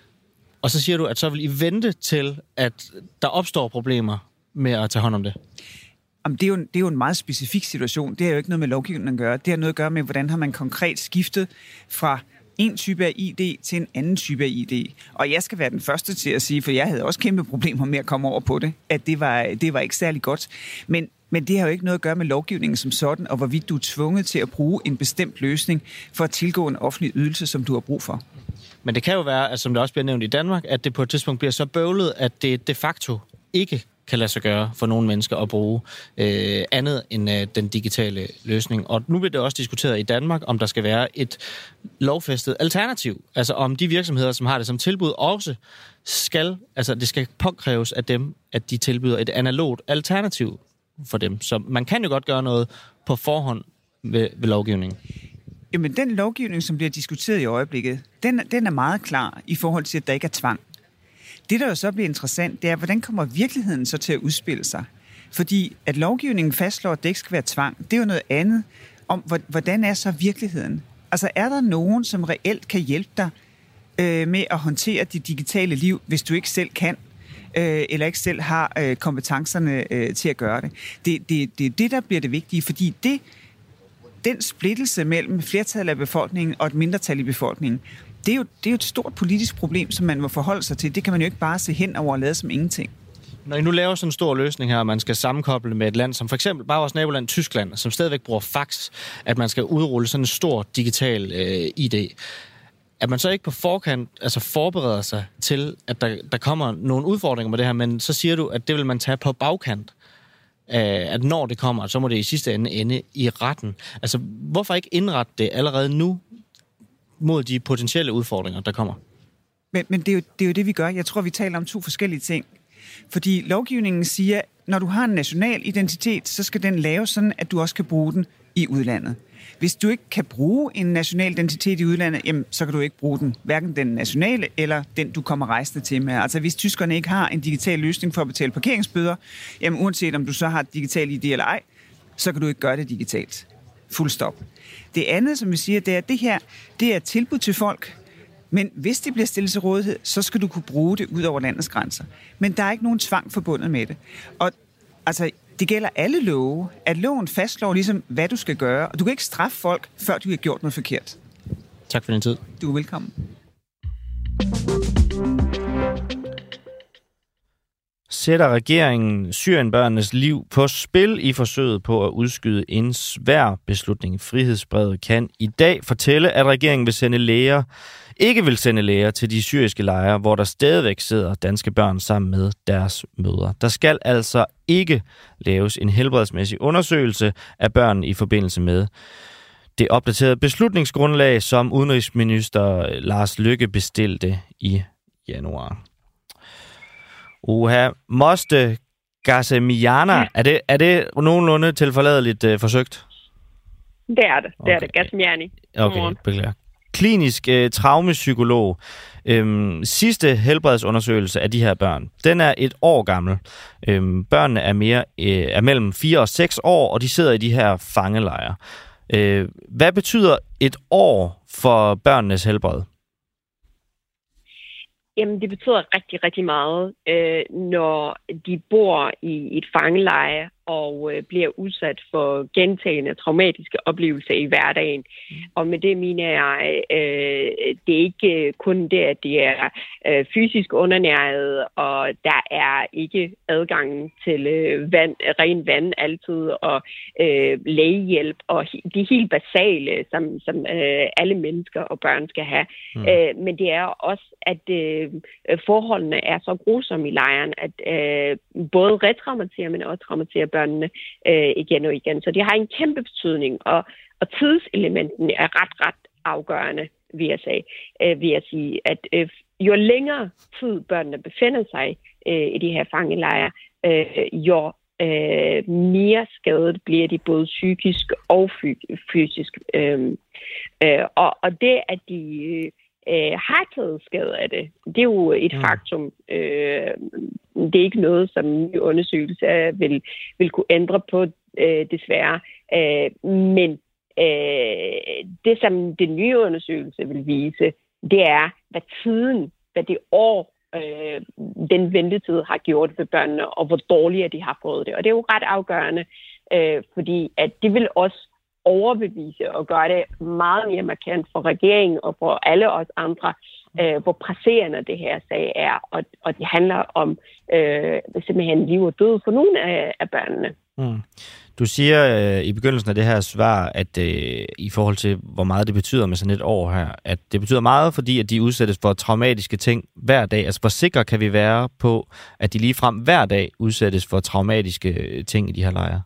Og så siger du, at så vil I vente til, at der opstår problemer med at tage hånd om det? Jamen, det, er jo en, det er jo en meget specifik situation. Det har jo ikke noget med lovgivningen at gøre. Det har noget at gøre med, hvordan har man konkret skiftet fra en type af I D til en anden type af I D. Og jeg skal være den første til at sige, for jeg havde også kæmpe problemer med at komme over på det, at det var, det var ikke særlig godt. Men, men det har jo ikke noget at gøre med lovgivningen som sådan, og hvorvidt du er tvunget til at bruge en bestemt løsning for at tilgå en offentlig ydelse, som du har brug for. Men det kan jo være, at, som det også bliver nævnt i Danmark, at det på et tidspunkt bliver så bøvlet, at det de facto ikke kan lade sig gøre for nogle mennesker at bruge øh, andet end øh, den digitale løsning. Og nu bliver det også diskuteret i Danmark, om der skal være et lovfæstet alternativ. Altså om de virksomheder, som har det som tilbud, også skal, altså det skal påkræves af dem, at de tilbyder et analogt alternativ for dem. Så man kan jo godt gøre noget på forhånd ved, ved lovgivningen. Jamen den lovgivning, som bliver diskuteret i øjeblikket, den, den er meget klar i forhold til, at der ikke er tvang. Det, der jo så bliver interessant, det er, hvordan kommer virkeligheden så til at udspille sig? Fordi at lovgivningen fastslår, at det ikke skal være tvang, det er jo noget andet om, hvordan er så virkeligheden? Altså er der nogen, som reelt kan hjælpe dig øh, med at håndtere dit digitale liv, hvis du ikke selv kan, øh, eller ikke selv har øh, kompetencerne øh, til at gøre det? Det, det, det er det, der bliver det vigtige, fordi det, den splittelse mellem flertallet af befolkningen og et mindretal i befolkningen, Det er, jo, det er jo et stort politisk problem, som man må forholde sig til. Det kan man jo ikke bare se hen over og lade som ingenting. Når I nu laver sådan en stor løsning her, og man skal sammenkoble med et land som for eksempel bare vores naboland Tyskland, som stadigvæk bruger fax, at man skal udrulle sådan en stor digital øh, I D, at man så ikke på forkant altså forbereder sig til, at der, der kommer nogle udfordringer med det her, men så siger du, at det vil man tage på bagkant, øh, at når det kommer, så må det i sidste ende ende i retten. Altså, hvorfor ikke indrette det allerede nu mod de potentielle udfordringer, der kommer? Men, men det, er jo, det er jo det, vi gør. Jeg tror, vi taler om to forskellige ting. Fordi lovgivningen siger, at når du har en national identitet, så skal den laves sådan, at du også kan bruge den i udlandet. Hvis du ikke kan bruge en national identitet i udlandet, jamen, så kan du ikke bruge den. Hverken den nationale eller den, du kommer rejsende til med. Altså hvis tyskerne ikke har en digital løsning for at betale parkeringsbøder, jamen uanset om du så har et digital I D eller ej, så kan du ikke gøre det digitalt. Fuld stop. Det andet, som vi siger, det er, at det her det er et tilbud til folk, men hvis det bliver stillet til rådighed, så skal du kunne bruge det ud over landets grænser. Men der er ikke nogen tvang forbundet med det. Og altså, det gælder alle love, at loven fastslår ligesom, hvad du skal gøre, og du kan ikke straffe folk, før du har gjort noget forkert. Tak for din tid. Du er velkommen. Sætter regeringen Syrienbørnenes liv på spil i forsøget på at udskyde en svær beslutning? Frihedsbrevet kan i dag fortælle, at regeringen vil sende læger, ikke vil sende læger til de syriske lejre, hvor der stadigvæk sidder danske børn sammen med deres mødre. Der skal altså ikke laves en helbredsmæssig undersøgelse af børn i forbindelse med det opdaterede beslutningsgrundlag, som udenrigsminister Lars Løkke bestilte i januar. Uha, Moste Gazemiana, ja. er, det, er det nogenlunde tilforladeligt uh, forsøgt? Det er det, det okay. er det, Gazemiani. Okay, beklager. Klinisk uh, traumepsykolog. Øhm, sidste helbredsundersøgelse af de her børn, den er et år gammel. Øhm, børnene er, mere, øh, er mellem fire og seks år, og de sidder i de her fangelejre. Øh, hvad betyder et år for børnenes helbred? Jamen, det betyder rigtig, rigtig meget, øh, når de bor i et fangeleje og øh, bliver udsat for gentagende traumatiske oplevelser i hverdagen. Mm. Og med det mener jeg, øh, det er ikke kun det, at de er øh, fysisk undernæret, og der er ikke adgang til øh, vand, ren vand altid, og øh, lægehjælp, og de helt basale, som, som øh, alle mennesker og børn skal have. Mm. Øh, men det er også, at øh, forholdene er så grusomme i lejren, at øh, både retraumatiserer, men også traumatiserer børnene øh, igen og igen. Så det har en kæmpe betydning, og, og tidselementen er ret, ret afgørende, vil jeg sige. Øh, vil jeg sige at øh, jo længere tid børnene befinder sig øh, i de her fangelejre, øh, jo øh, mere skadet bliver de både psykisk og fysisk. Øh, øh, og, og det, at de øh, har taget skade af det, det er jo et mm. faktum. Øh, det er ikke noget, som en ny undersøgelse vil, vil kunne ændre på, øh, desværre. Øh, men øh, det, som den nye undersøgelse vil vise, det er, hvad tiden, hvad det år, øh, den ventetid har gjort for børnene, og hvor dårligere de har fået det. Og det er jo ret afgørende, øh, fordi at det vil også overbevise og gøre det meget mere markant for regeringen og for alle os andre, øh, hvor presserende det her sag er. Og, og det handler om øh, simpelthen liv og død for nogle af, af børnene. Mm. Du siger øh, i begyndelsen af det her svar, at øh, i forhold til, hvor meget det betyder med sådan et år her, at det betyder meget, fordi at de udsættes for traumatiske ting hver dag. Altså, hvor sikre kan vi være på, at de ligefrem hver dag udsættes for traumatiske ting i de her lejre?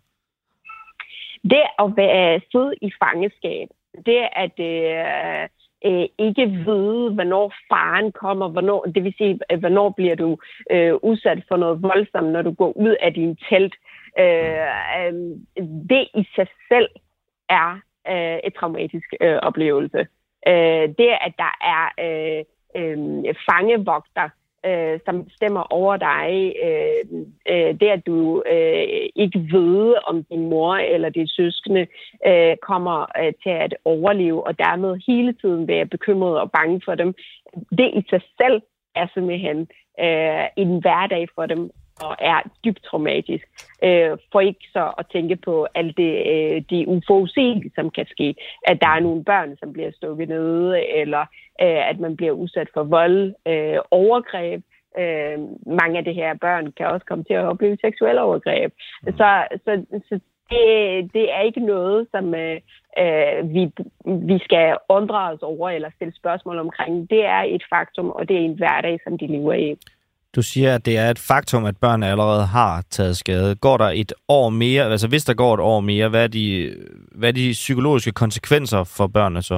Det at være sidde i fangeskab, det at øh, øh, ikke vide, hvornår faren kommer, hvornår, det vil sige, hvornår bliver du øh, udsat for noget voldsomt, når du går ud af din telt. Øh, øh, det i sig selv er øh, et traumatisk øh, oplevelse. Øh, det, at der er øh, øh, fangevogter, Øh, som stemmer over dig, øh, øh, det at du øh, ikke ved, om din mor eller din søskende øh, kommer øh, til at overleve, og dermed hele tiden være bekymret og bange for dem, det i sig selv er simpelthen øh, en hverdag for dem, og er dybt traumatisk. Øh, for ikke så at tænke på alt det, øh, de uforudsigelige, som kan ske. At der er nogle børn, som bliver stukket nede, eller øh, at man bliver udsat for vold, øh, overgreb. Øh, mange af de her børn kan også komme til at opleve seksuelle overgreb. Så, så, så det, det er ikke noget, som øh, vi, vi skal undre os over, eller stille spørgsmål omkring. Det er et faktum, og det er en hverdag, som de lever i. Du siger, at det er et faktum, at børn allerede har taget skade. Går der et år mere, altså hvis der går et år mere, hvad er de, hvad er de psykologiske konsekvenser for børnene så?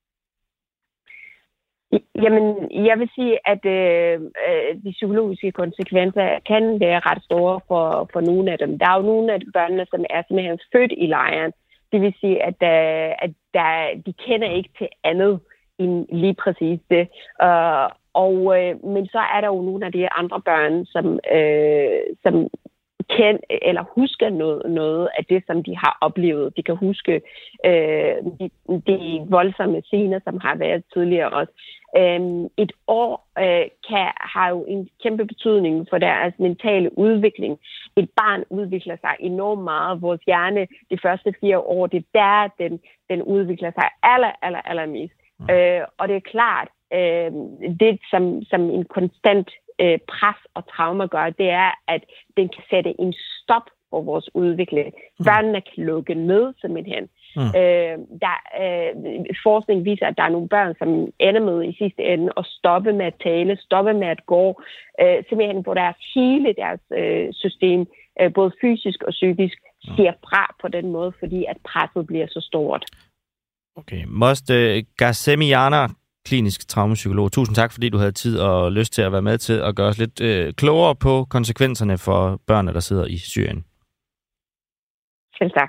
Jamen, jeg vil sige, at øh, de psykologiske konsekvenser kan være ret store for, for nogle af dem. Der er jo nogle af de børnene, som er simpelthen født i lejren. Det vil sige, at, øh, at der, de kender ikke til andet end lige præcis det. Uh, Og, øh, men så er der jo nogle af de andre børn, som, øh, som kan eller husker noget, noget af det, som de har oplevet. De kan huske øh, de, de voldsomme scener, som har været tidligere også. Øh, et år øh, kan, har jo en kæmpe betydning for deres mentale udvikling. Et barn udvikler sig enormt meget. Vores hjerne de første fire år, det er der, den, den udvikler sig aller, aller, allermest. Mm. Øh, og det er klart, øh, det som, som en konstant øh, pres og trauma gør, det er, at den kan sætte en stop for vores udvikling. Mm. Børnene kan lukke ned simpelthen. Mm. Øh, der, øh, forskning viser, at der er nogle børn, som ender med i sidste ende at stoppe med at tale, stoppe med at gå, øh, simpelthen på deres hele deres øh, system, øh, både fysisk og psykisk, siger fra på den måde, fordi at presset bliver så stort. Okay. Most uh, Gassemiana, klinisk traumapsykolog. Tusind tak, fordi du havde tid og lyst til at være med til at gøre os lidt øh, klogere på konsekvenserne for børnene, der sidder i Syrien. Selv tak.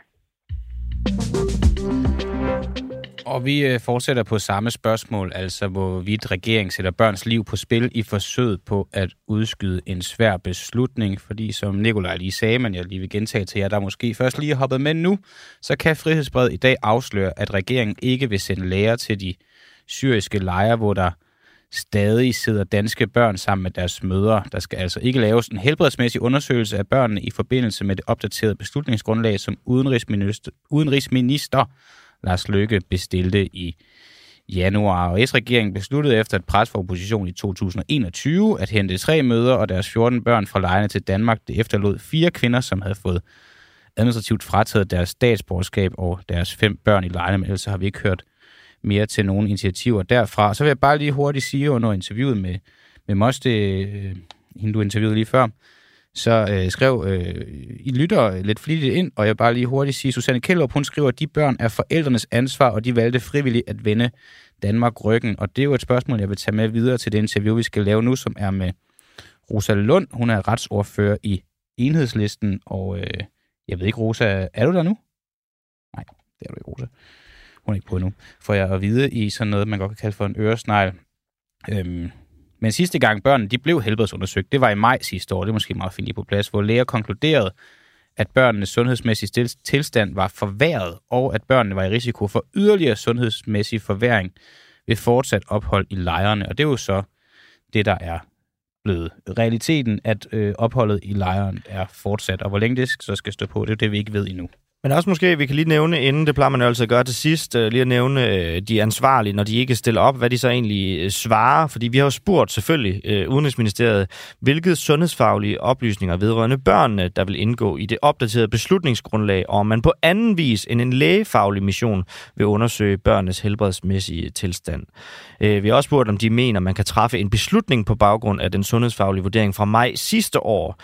Og vi fortsætter på samme spørgsmål, altså hvorvidt regeringen sætter børns liv på spil i forsøget på at udskyde en svær beslutning. Fordi som Nikolaj lige sagde, men jeg lige vil gentage til jer, der måske først lige er hoppet med nu, så kan Frihedsbred i dag afsløre, at regeringen ikke vil sende læger til de syriske lejre, hvor der stadig sidder danske børn sammen med deres mødre. Der skal altså ikke laves en helbredsmæssig undersøgelse af børnene i forbindelse med det opdaterede beslutningsgrundlag, som udenrigsminister, udenrigsminister Lars Løkke bestilte i januar. Og S-regeringen besluttede efter et pres fra opposition i to tusind og enogtyve at hente tre mødre og deres fjorten børn fra lejrene til Danmark. Det efterlod fire kvinder, som havde fået administrativt frataget deres statsborgerskab og deres fem børn i lejrene, men ellers har vi ikke hørt mere til nogle initiativer derfra. Så vil jeg bare lige hurtigt sige under interviewet med, med Moste, øh, hende du interviewede lige før, så øh, skrev øh, I lytter lidt flittigt ind, og jeg vil bare lige hurtigt sige, Susanne Kjellup, hun skriver, at de børn er forældrenes ansvar, og de valgte frivilligt at vende Danmark ryggen. Og det er jo et spørgsmål, jeg vil tage med videre til det interview, vi skal lave nu, som er med Rosa Lund. Hun er retsordfører i Enhedslisten, og øh, jeg ved ikke, Rosa, er du der nu? Nej, det er du ikke, Rosa. Hun er ikke på nu. For jeg at vide i sådan noget, man godt kan kalde for en øresnegl. Øhm, men sidste gang børnene, de blev helbredsundersøgt, det var i maj sidste år, det er måske meget fint på plads, hvor læger konkluderede, at børnenes sundhedsmæssige tilstand var forværret, og at børnene var i risiko for yderligere sundhedsmæssig forværring ved fortsat ophold i lejrene. Og det er jo så det, der er blevet realiteten, at øh, opholdet i lejren er fortsat. Og hvor længe det så skal stå på, det er det, vi ikke ved endnu. Men også måske, vi kan lige nævne, inden det plejer man jo altid at gøre til sidst, lige at nævne de ansvarlige, når de ikke stiller op, hvad de så egentlig svarer. Fordi vi har jo spurgt selvfølgelig Udenrigsministeriet, hvilke sundhedsfaglige oplysninger vedrørende børnene, der vil indgå i det opdaterede beslutningsgrundlag, og om man på anden vis end en lægefaglig mission vil undersøge børnenes helbredsmæssige tilstand. Vi har også spurgt, om de mener, man kan træffe en beslutning på baggrund af den sundhedsfaglige vurdering fra maj sidste år.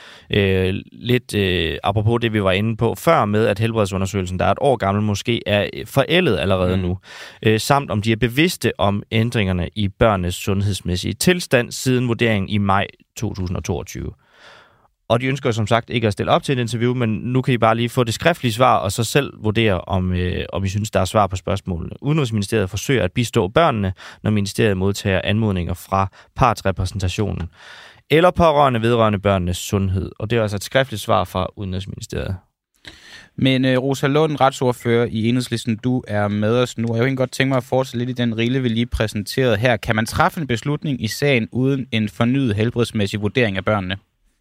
Lidt apropos det, vi var inde på før med, at helbreds undersøgelsen, der er et år gammel, måske er forældet allerede mm. nu, øh, samt om de er bevidste om ændringerne i børnenes sundhedsmæssige tilstand siden vurderingen i maj to tusind og toogtyve. Og de ønsker som sagt ikke at stille op til et interview, men nu kan I bare lige få det skriftlige svar, og så selv vurdere, om, øh, om I synes, der er svar på spørgsmålene. Udenrigsministeriet forsøger at bistå børnene, når ministeriet modtager anmodninger fra partsrepræsentationen eller pårørende vedrørende børnenes sundhed. Og det er altså et skriftligt svar fra Udenrigsministeriet. Men uh, Rosa Lund, retsordfører i Enhedslisten, du er med os nu. Jeg vil egentlig godt tænke mig at fortsætte lidt i den rille, vi lige præsenterede her. Kan man træffe en beslutning i sagen uden en fornyet helbredsmæssig vurdering af børnene?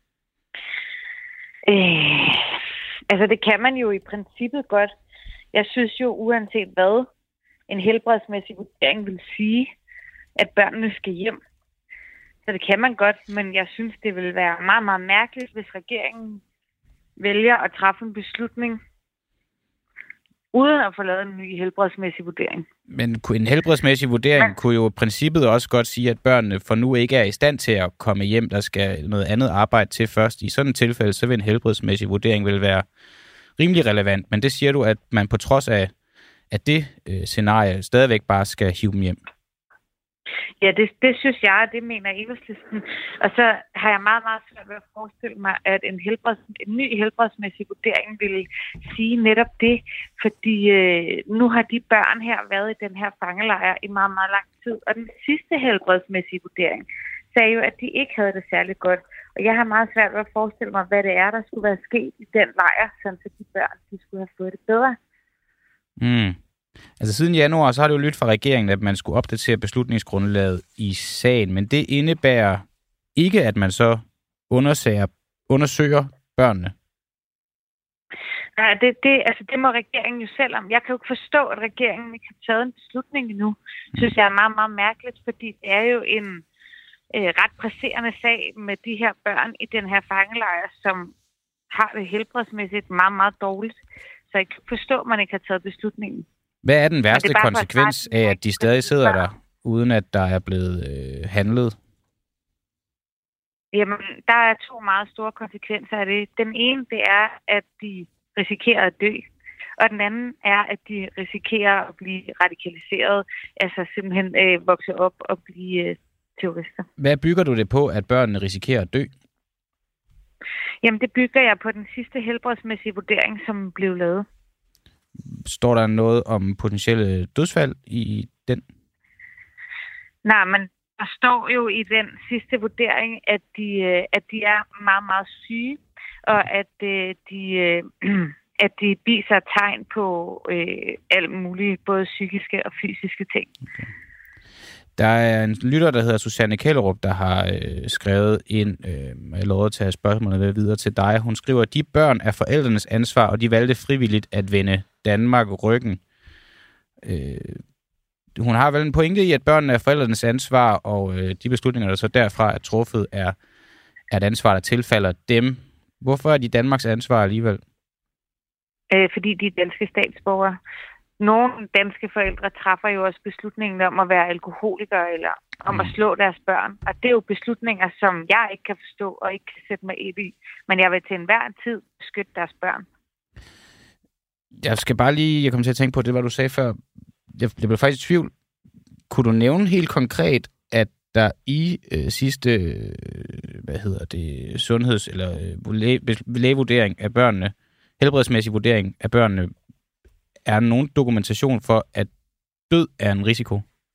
Øh, altså det kan man jo i princippet godt. Jeg synes jo uanset hvad en helbredsmæssig vurdering vil sige, at børnene skal hjem. Så det kan man godt, men jeg synes det vil være meget, meget mærkeligt, hvis regeringen vælger at træffe en beslutning uden at få lavet en ny helbredsmæssig vurdering. Men en helbredsmæssig vurdering Men, kunne jo i princippet også godt sige, at børnene for nu ikke er i stand til at komme hjem. Der skal noget andet arbejde til først. I sådan et tilfælde, så vil en helbredsmæssig vurdering vil være rimelig relevant. Men det siger du, at man på trods af, at det øh, scenarie stadigvæk bare skal hive dem hjem. Ja, det, det synes jeg, det mener Enhedslisten. Og så har jeg meget, meget svært ved at forestille mig, at en, helbreds, en ny helbredsmæssig vurdering vil sige netop det, fordi øh, nu har de børn her været i den her fangelejr i meget, meget lang tid. Og den sidste helbredsmæssige vurdering sagde jo, at de ikke havde det særligt godt. Og jeg har meget svært ved at forestille mig, hvad det er, der skulle være sket i den lejr, sådan at de børn de skulle have fået det bedre. Mm. Altså siden januar, så har det jo lyttet fra regeringen, at man skulle opdatere beslutningsgrundlaget i sagen, men det indebærer ikke, at man så undersøger, undersøger børnene. Ja, det, det, altså, det må regeringen jo selv om. Jeg kan jo ikke forstå, at regeringen ikke har taget en beslutning endnu. Det synes jeg er meget, meget mærkeligt, fordi det er jo en øh, ret presserende sag med de her børn i den her fangelejr, som har det helbredsmæssigt meget, meget dårligt. Så jeg kan forstå, at man ikke har taget beslutningen. Hvad er den værste er konsekvens af, at de stadig sidder der, uden at der er blevet øh, handlet? Jamen, der er to meget store konsekvenser af det. Den ene, det er, at de risikerer at dø. Og den anden er, at de risikerer at blive radikaliseret, altså simpelthen øh, vokse op og blive øh, terrorister. Hvad bygger du det på, at børnene risikerer at dø? Jamen, det bygger jeg på den sidste helbredsmæssige vurdering, som blev lavet. Står der noget om potentielle dødsfald i den? Nej, men der står jo i den sidste vurdering, at de, at de er meget, meget syge, og at de, at de viser tegn på øh, alt muligt, både psykiske og fysiske ting. Okay. Der er en lytter, der hedder Susanne Kjellerup, der har øh, skrevet ind, øh, jeg lover at tage spørgsmålet videre til dig. Hun skriver, at de børn er forældrenes ansvar, og de valgte frivilligt at vende Danmark ryggen. Øh, hun har vel en pointe i, at børnene er forældrenes ansvar, og øh, de beslutninger, der så derfra er truffet, er, er et ansvar, der tilfalder dem. Hvorfor er de Danmarks ansvar alligevel? Øh, fordi de er danske statsborgere. Nogle danske forældre træffer jo også beslutningen om at være alkoholikere eller om at slå deres børn. Og det er jo beslutninger, som jeg ikke kan forstå og ikke kan sætte mig ind i. Men jeg vil til enhver tid beskytte deres børn. Jeg skal bare lige, jeg kom til at tænke på det, hvad du sagde før. Jeg, jeg blev faktisk i tvivl. Kunne du nævne helt konkret, at der i øh, sidste, øh, hvad hedder det, sundheds- eller øh, læge, lægevurdering af børnene, helbredsmæssig vurdering af børnene, er der nogen dokumentation for, at død er en risiko?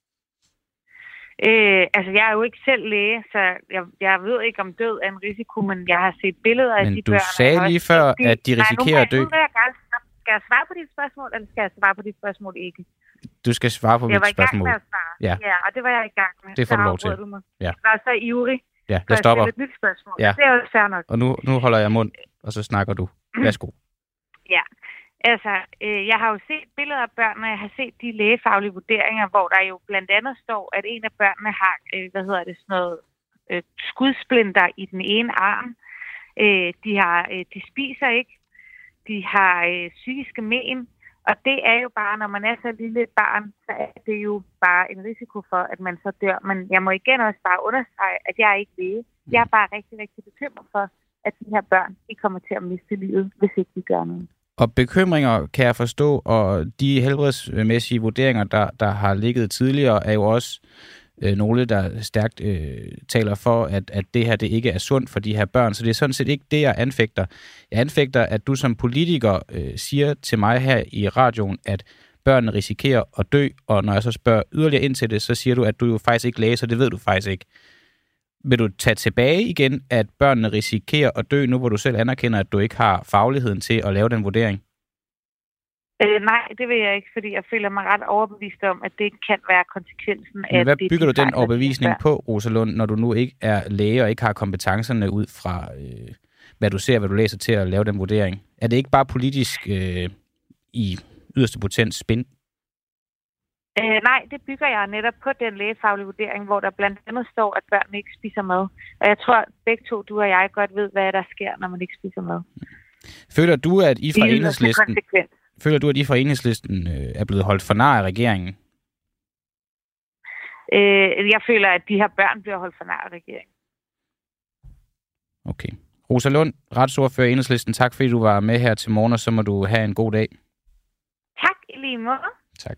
Øh, altså, jeg er jo ikke selv læge, så jeg, jeg ved ikke, om død er en risiko, men jeg har set billeder af men de børn. Men du sagde lige før, de, at de risikerer nej, at dø. Nu vil jeg gerne, skal jeg svare på dit spørgsmål, eller skal jeg svare på dit spørgsmål ikke? Du skal svare på jeg mit spørgsmål. Jeg var i gang med at svare. Ja. ja, og det var jeg i gang med. Det får du lov til. Du mig. Ja. Jeg var så ivrig. Ja, jeg stopper. Et nyt spørgsmål. Ja. Det er jo fair nok. Og nu, nu holder jeg mund, og så snakker du. Værsgo. Ja. Altså, øh, jeg har jo set billeder af børnene, jeg har set de lægefaglige vurderinger, hvor der jo blandt andet står, at en af børnene har, øh, hvad hedder det, sådan noget øh, skudsplinter i den ene arm. Øh, de, har, øh, de spiser ikke. De har øh, psykiske men. Og det er jo bare, når man er så lille et barn, så er det jo bare en risiko for, at man så dør. Men jeg må igen også bare understrege, at jeg er ikke læge. Jeg er bare rigtig, rigtig bekymret for, at de her børn ikke kommer til at miste livet, hvis ikke de gør noget. Og bekymringer kan jeg forstå, og de helbredsmæssige vurderinger, der, der har ligget tidligere, er jo også øh, nogle, der stærkt øh, taler for, at, at det her det ikke er sundt for de her børn. Så det er sådan set ikke det, jeg anfægter. Jeg anfægter, at du som politiker øh, siger til mig her i radioen, at børnene risikerer at dø, og når jeg så spørger yderligere ind til det, så siger du, at du jo faktisk ikke læser, det ved du faktisk ikke. Vil du tage tilbage igen, at børnene risikerer at dø, nu hvor du selv anerkender, at du ikke har fagligheden til at lave den vurdering? Øh, nej, det vil jeg ikke, fordi jeg føler mig ret overbevist om, at det ikke kan være konsekvensen. Men af hvad det, bygger de du den fejler, overbevisning på, Rosalund, når du nu ikke er læge og ikke har kompetencerne ud fra, øh, hvad du ser, hvad du læser til at lave den vurdering? Er det ikke bare politisk øh, i yderste potens spin? Øh, nej, det bygger jeg netop på den lægefaglige vurdering, hvor der blandt andet står, at børn ikke spiser mad. Og jeg tror, at begge to, du og jeg, godt ved, hvad der sker, når man ikke spiser mad. Føler du, at I fra Enhedslisten, føler du, at I fra Enhedslisten øh, er blevet holdt for nar af regeringen? Øh, jeg føler, at de her børn bliver holdt for nar af regeringen. Okay. Rosa Lund, retsordfører i Enhedslisten, tak fordi du var med her til morgen, og så må du have en god dag. Tak, i lige måde. Tak.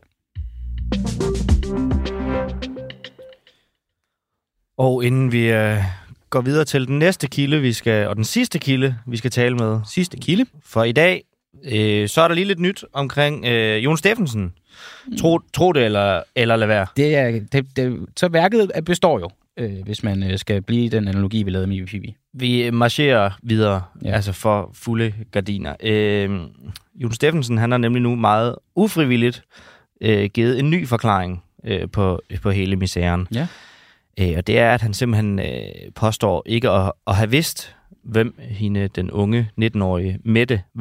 Og inden vi øh, går videre til den næste kilde, vi skal, og den sidste kilde, vi skal tale med. Sidste kilde. For i dag, øh, så er der lige lidt nyt omkring øh, Jon Steffensen. Tro, tro det eller, eller lad være. Det er, det, det, så værket består jo, øh, hvis man øh, skal blive den analogi, vi lavede med Mibi Fibi. Vi marcherer videre, ja. Altså for fulde gardiner. Øh, Jon Steffensen, han har nemlig nu meget ufrivilligt øh, givet en ny forklaring øh, på, på hele misæren. Ja. Øh, og det er, at han simpelthen øh, påstår ikke at, at have vidst, hvem hende, den unge nitten-årige Mette, var,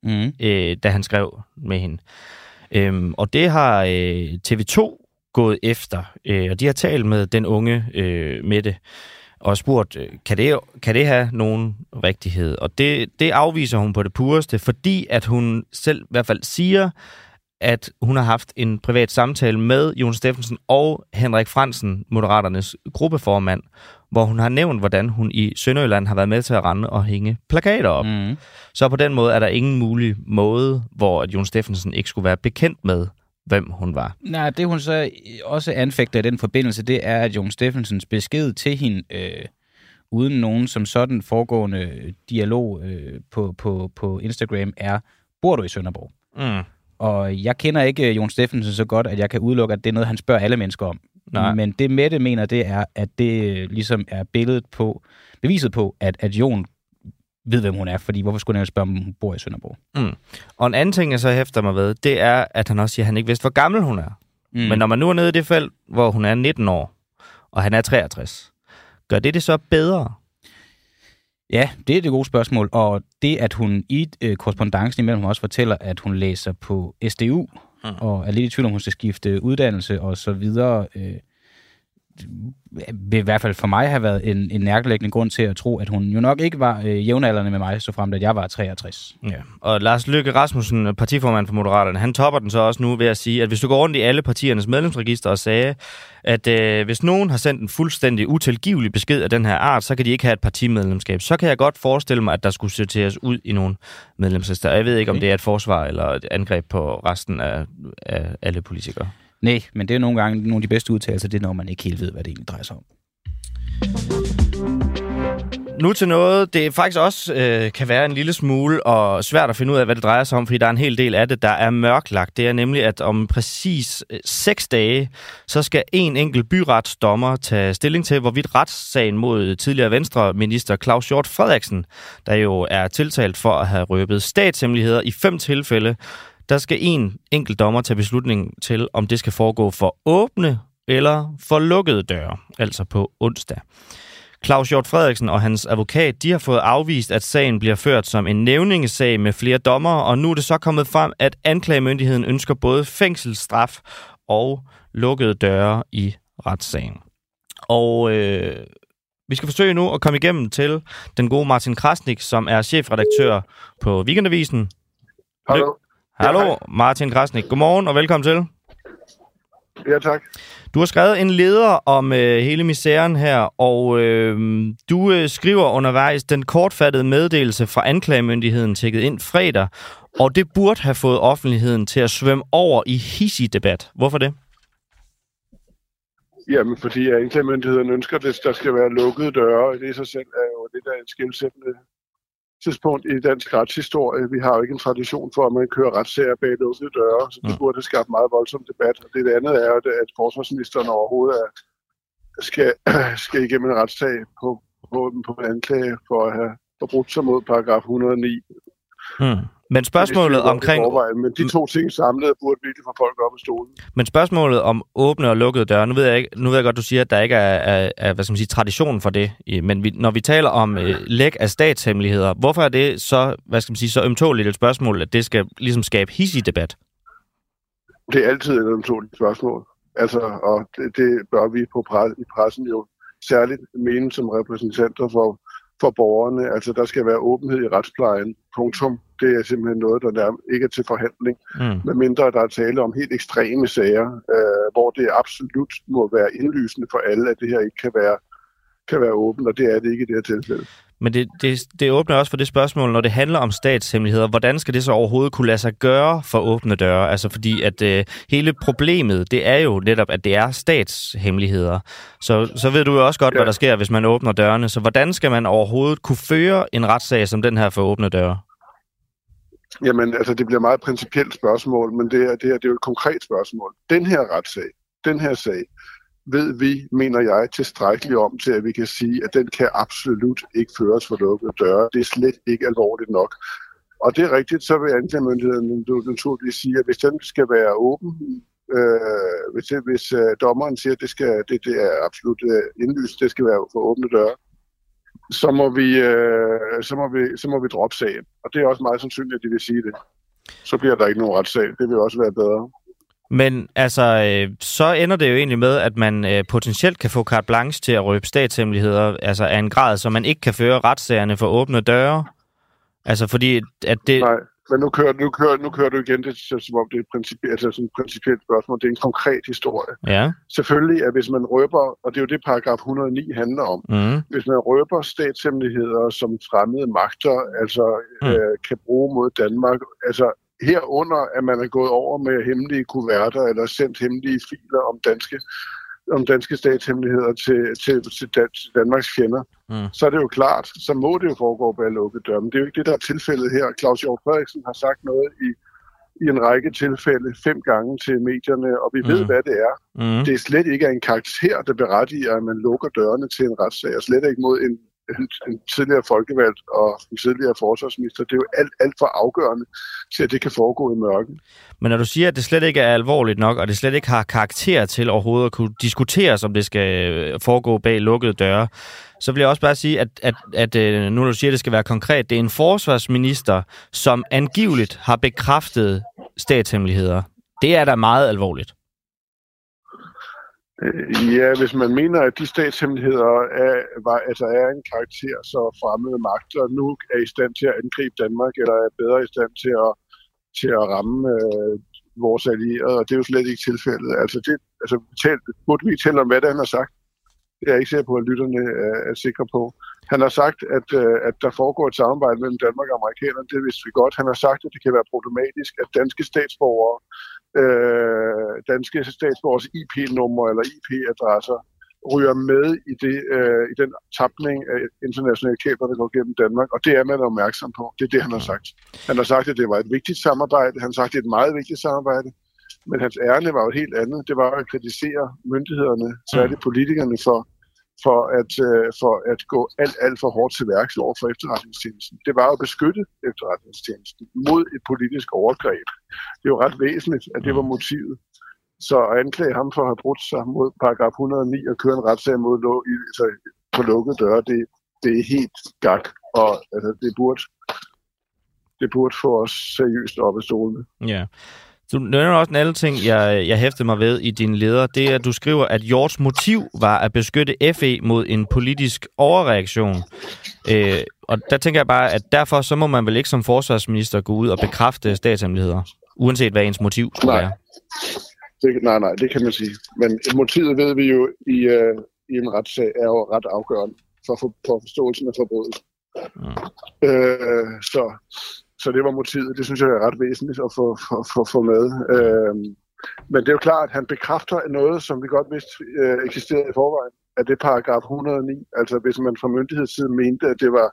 mm. øh, da han skrev med hende. Øhm, og det har øh, T V to gået efter, øh, og de har talt med den unge øh, Mette og spurgt, kan det, kan det have nogen rigtighed? Og det, det afviser hun på det pureste, fordi at hun selv i hvert fald siger, at hun har haft en privat samtale med Jon Stephensen og Henrik Frandsen, Moderaternes gruppeformand, hvor hun har nævnt, hvordan hun i Sønderjylland har været med til at rende og hænge plakater op. Mm. Så på den måde er der ingen mulig måde, hvor Jon Stephensen ikke skulle være bekendt med, hvem hun var. Nej, det hun så også anfægter i den forbindelse, det er, at Jon Stephensens besked til hende, øh, uden nogen som sådan foregående dialog øh, på, på, på Instagram, er, bor du i Sønderborg? Mm. Og jeg kender ikke Jon Stephensen så godt, at jeg kan udelukke, at det er noget, han spørger alle mennesker om. Nej. Men det Mette mener, det er, at det ligesom er billedet på, beviset på, at, at Jon ved, hvem hun er, fordi hvorfor skulle han spørge, om hun bor i Sønderborg? Mm. Og en anden ting, jeg så hæfter mig ved, det er, at han også siger, at han ikke vidste, hvor gammel hun er. Mm. Men når man nu er nede i det felt, hvor hun er nitten år, og han er treogtres, gør det det så bedre? Ja, det er det gode spørgsmål. Og det, at hun i øh, korrespondancen imellem også fortæller, at hun læser på S D U, mm. og er lidt i tvivl om, hun skal skifte uddannelse og så videre, øh, vil i hvert fald for mig have været en, en nærliggende grund til at tro, at hun jo nok ikke var øh, jævnaldrende med mig, så frem til at jeg var treogtres. Ja. Og Lars Løkke Rasmussen, partiformand for Moderaterne, han topper den så også nu ved at sige, at hvis du går rundt i alle partiernes medlemsregister og sagde, at øh, hvis nogen har sendt en fuldstændig utilgivelig besked af den her art, så kan de ikke have et partimedlemskab. Så kan jeg godt forestille mig, at der skulle sorteres ud i nogle medlemslister. Jeg ved ikke, om det er et forsvar eller et angreb på resten af, af alle politikere. Nej, men det er nogle gange nogle af de bedste udtalelser, det er, når man ikke helt ved, hvad det egentlig drejer sig om. Nu til noget, det faktisk også øh, kan være en lille smule og svært at finde ud af, hvad det drejer sig om, fordi der er en hel del af det, der er mørklagt. Det er nemlig, at om præcis øh, seks dage, så skal en enkelt byretsdommer tage stilling til, hvorvidt retssagen mod tidligere Venstre-minister Claus Hjort Frederiksen, der jo er tiltalt for at have røbet statshemmeligheder i fem tilfælde, der skal en enkelt dommer tage beslutningen til, om det skal foregå for åbne eller for lukkede døre, altså på onsdag. Claus Hjort Frederiksen og hans advokat, de har fået afvist, at sagen bliver ført som en nævningesag med flere dommere, og nu er det så kommet frem, at anklagemyndigheden ønsker både fængselsstraf og lukkede døre i retssagen. Og øh, vi skal forsøge nu at komme igennem til den gode Martin Krasnik, som er chefredaktør på Weekendavisen. Hallo. Hallo, Martin Krasnik. Godmorgen og velkommen til. Ja, tak. Du har skrevet en leder om øh, hele misæren her, og øh, du øh, skriver undervejs, den kortfattede meddelelse fra anklagemyndigheden tækket ind fredag, og det burde have fået offentligheden til at svømme over i hissig debat. Hvorfor det? Jamen, fordi anklagemyndigheden ønsker, at der skal være lukkede døre, og det i sig selv er jo det, der er et skilsættende tidspunkt i dansk retshistorie. Vi har jo ikke en tradition for, at man kører retssager bag lukkede døre, så det burde skabe meget voldsom debat. Og det andet er, at forsvarsministeren overhovedet er, skal, skal igennem en retssag på, på, på en anklage for at have forbrudt sig mod paragraf et hundrede og ni. Hmm. Men spørgsmålet omkring... Men de to ting samlet burde virkelig få folk op i stolen. Men spørgsmålet om åbne og lukkede døre, nu ved jeg, ikke, nu ved jeg godt, du siger, at der ikke er, er, er hvad skal man sige, tradition for det. Men vi, når vi taler om øh, læk af statshemmeligheder, hvorfor er det så, hvad skal man sige, så ømtåligt et spørgsmål, at det skal ligesom skabe hissig debat? Det er altid et ømtåligt spørgsmål. Altså, og det, det bør vi på pres, i pressen jo særligt mene som repræsentanter for, for borgerne. Altså, der skal være åbenhed i retsplejen. Punktum. Det er simpelthen noget, der ikke er til forhandling. Mm. Medmindre der er tale om helt ekstreme sager, øh, hvor det absolut må være indlysende for alle, at det her ikke kan være, kan være åbent, og det er det ikke i det her tilfælde. Men det, det, det åbner også for det spørgsmål, når det handler om statshemmeligheder. Hvordan skal det så overhovedet kunne lade sig gøre for åbne døre? Altså fordi, at øh, hele problemet, det er jo netop, at det er statshemmeligheder. Så, så ved du jo også godt, ja. Hvad der sker, hvis man åbner dørene. Så hvordan skal man overhovedet kunne føre en retssag som den her for åbne døre? Jamen, altså, det bliver et meget principielt spørgsmål, men det her, det her det er jo et konkret spørgsmål. Den her retssag, den her sag, ved vi, mener jeg, tilstrækkeligt om til, at vi kan sige, at den kan absolut ikke føres for lukkede døre. Det er slet ikke alvorligt nok. Og det er rigtigt, så vil anklagemyndigheden naturligvis sige, at hvis den skal være åben, øh, hvis, hvis uh, dommeren siger, at det, skal, det, det er absolut uh, indlyst, det skal være for åbne døre, så må vi, øh, så må vi, så må vi droppe sagen. Og det er også meget sandsynligt, at de vil sige det. Så bliver der ikke nogen retssag. Det vil også være bedre. Men altså, øh, så ender det jo egentlig med, at man øh, potentielt kan få carte blanche til at røbe statshemmeligheder, altså af en grad, så man ikke kan føre retssagerne for åbne døre. Altså fordi, at det... Nej, men nu kører, nu kører, nu kører du igen det, som om det er et principielt, altså sådan et principielt spørgsmål. Det er en konkret historie. Ja. Selvfølgelig, at hvis man røber, og det er jo det paragraf et hundrede og ni handler om, mm. hvis man røber statshemmeligheder, som fremmede magter altså mm. øh, kan bruge mod Danmark, altså herunder, at man er gået over med hemmelige kuverter eller sendt hemmelige filer om danske, om danske statshemmeligheder til, til, til, Dan- til Danmarks fjender, mm. så er det jo klart, så må det jo foregå bag lukkede døre. Men det er jo ikke det, der er tilfældet her. Claus Hjort Frederiksen har sagt noget i, i en række tilfælde fem gange til medierne, og vi mm. ved, hvad det er. Mm. Det er slet ikke en karakter, der berettiger, at man lukker dørene til en retssag, og slet ikke mod en En, en tidligere folkevalgt og en tidligere forsvarsminister. Det er jo alt, alt for afgørende til, at det kan foregå i mørken. Men når du siger, at det slet ikke er alvorligt nok, og det slet ikke har karakter til overhovedet at kunne diskuteres, om det skal foregå bag lukkede døre, så vil jeg også bare sige, at, at, at nu når du siger, at det skal være konkret, det er en forsvarsminister, som angiveligt har bekræftet statshemmeligheder. Det er da meget alvorligt. Ja, hvis man mener, at de statshemmeligheder er, var, altså er en karakter, så fremmede magter nu er i stand til at angribe Danmark, eller er bedre i stand til at, til at ramme øh, vores allierede, og det er jo slet ikke tilfældet. Altså, det, altså tal, burde vi tælle om, hvad det han har sagt? Det er jeg ikke sikker på, at lytterne er, er sikre på. Han har sagt, at, øh, at der foregår et samarbejde mellem Danmark og amerikanerne. Det vidste vi godt. Han har sagt, at det kan være problematisk, at danske statsborgere Øh, danske statsborgers I P-numre eller I P-adresser ryger med i, det, øh, i den tapning af internationale kabler, der går gennem Danmark, og det er man opmærksom på. Det er det, han har sagt. Han har sagt, at det var et vigtigt samarbejde. Han har sagt, at det er et meget vigtigt samarbejde, men hans ærne var jo et helt andet. Det var at kritisere myndighederne, særligt politikerne, for for at, øh, for at gå alt, alt for hårdt til værks over for efterretningstjenesten. Det var at beskytte efterretningstjenesten mod et politisk overgreb. Det er jo ret væsentligt, at det var motivet. Så at anklage ham for at have brudt sig mod paragraf et hundrede og ni og køre en retssag mod altså, på lukkede døre, det, det er helt gak. Og altså, det, burde, det burde få os seriøst op af stolene. Ja. Du nævner også en anden ting, jeg, jeg hæftede mig ved i din leder. Det er, at du skriver, at Hjorts motiv var at beskytte F E mod en politisk overreaktion. Øh, og der tænker jeg bare, at derfor så må man vel ikke som forsvarsminister gå ud og bekræfte statshemmeligheder, uanset hvad ens motiv skulle nej. være. Det, nej, nej, det kan man sige. Men motivet ved vi jo i, øh, i en retssag er jo ret afgørende for, for, for forståelsen af forbrydelsen. Mm. Øh, så... Så det var motivet. Det synes jeg er ret væsentligt at få, få, få, få med. Øhm, men det er jo klart, at han bekræfter noget, som vi godt vidste øh, eksisterede i forvejen. At det er paragraf et hundrede og ni. Altså hvis man fra myndighedssiden mente, at det var,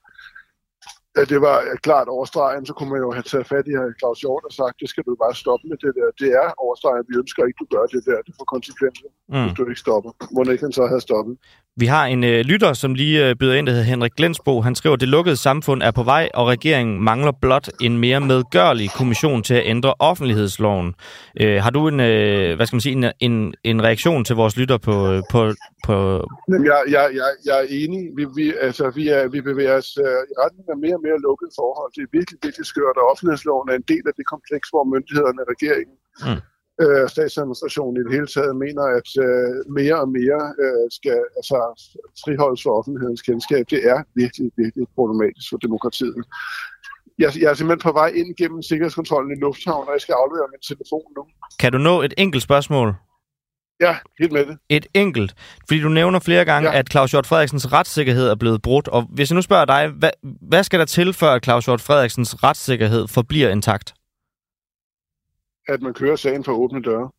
at det var klart overstregen, så kunne man jo have taget fat i Claus Hjort og sagt, det skal du bare stoppe med det der. Det er overstregen. Vi ønsker ikke, du gør det der. Det får konsekvenser, mm. hvis du ikke stopper. Må ikke han så have stoppet. Vi har en øh, lytter, som lige øh, byder ind, der hedder Henrik Glensbo. Han skriver, at det lukkede samfund er på vej, og regeringen mangler blot en mere medgørlig kommission til at ændre offentlighedsloven. Øh, har du en, øh, hvad skal man sige, en, en, en reaktion til vores lytter på... på, på... Jamen, jeg, jeg, jeg, jeg er enig. Vi, vi, altså, vi, er, vi bevæger os øh, i retning af mere og mere lukkede forhold. Det er virkelig, virkelig skørt, og offentlighedsloven er en del af det kompleks, hvor myndighederne og regeringen... Mm. Øh, statsadministrationen i det hele taget mener, at øh, mere og mere øh, skal altså, friholdes for offentlighedens kendskab. Det er virkelig, virkelig problematisk for demokratiet. Jeg, jeg er simpelthen på vej ind gennem sikkerhedskontrollen i lufthavnen, og jeg skal aflevere min telefon nu. Kan du nå et enkelt spørgsmål? Ja, helt med det. Et enkelt. Fordi du nævner flere gange, ja. at Claus Hjort Frederiksens retssikkerhed er blevet brudt. Og hvis jeg nu spørger dig, hvad, hvad skal der til, før at Claus Hjort Frederiksens retssikkerhed forbliver intakt? At man kører sagen for åbne døre.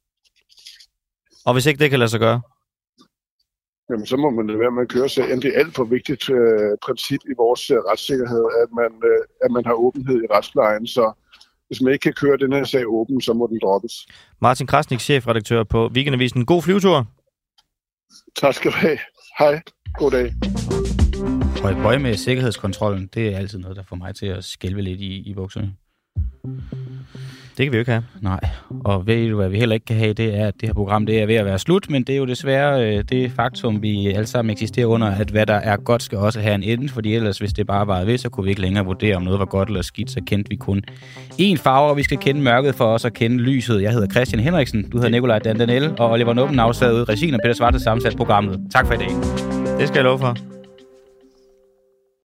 Og hvis ikke det kan lade sig gøre? Jamen, så må man lade være med at køre sagen. Det er alt for vigtigt øh, princip i vores øh, retssikkerhed, at man, øh, at man har åbenhed i retsplejen. Så hvis man ikke kan køre den her sag åben, så må den droppes. Martin Krasnik, chefredaktør på Weekendavisen. God flyvetur. Tak skal du have. Hej. God dag. Og et bøje med sikkerhedskontrollen, det er altid noget, der får mig til at skælve lidt i, i bukserne. Det kan vi jo ikke have. Nej, og ved du, hvad vi heller ikke kan have, det er, at det her program det er ved at være slut, men det er jo desværre øh, det faktum, vi alle sammen eksisterer under, at hvad der er godt, skal også have en ende, fordi ellers, hvis det bare var ved, så kunne vi ikke længere vurdere, om noget var godt eller skidt, så kendte vi kun én farve, og vi skal kende mørket for os at kende lyset. Jeg hedder Christian Henriksen, du hedder Nikolaj Dandanel, og Oliver Nubben afsad ud, regien og Peter Svarte sammensat programmet. Tak for i dag. Det skal jeg love for.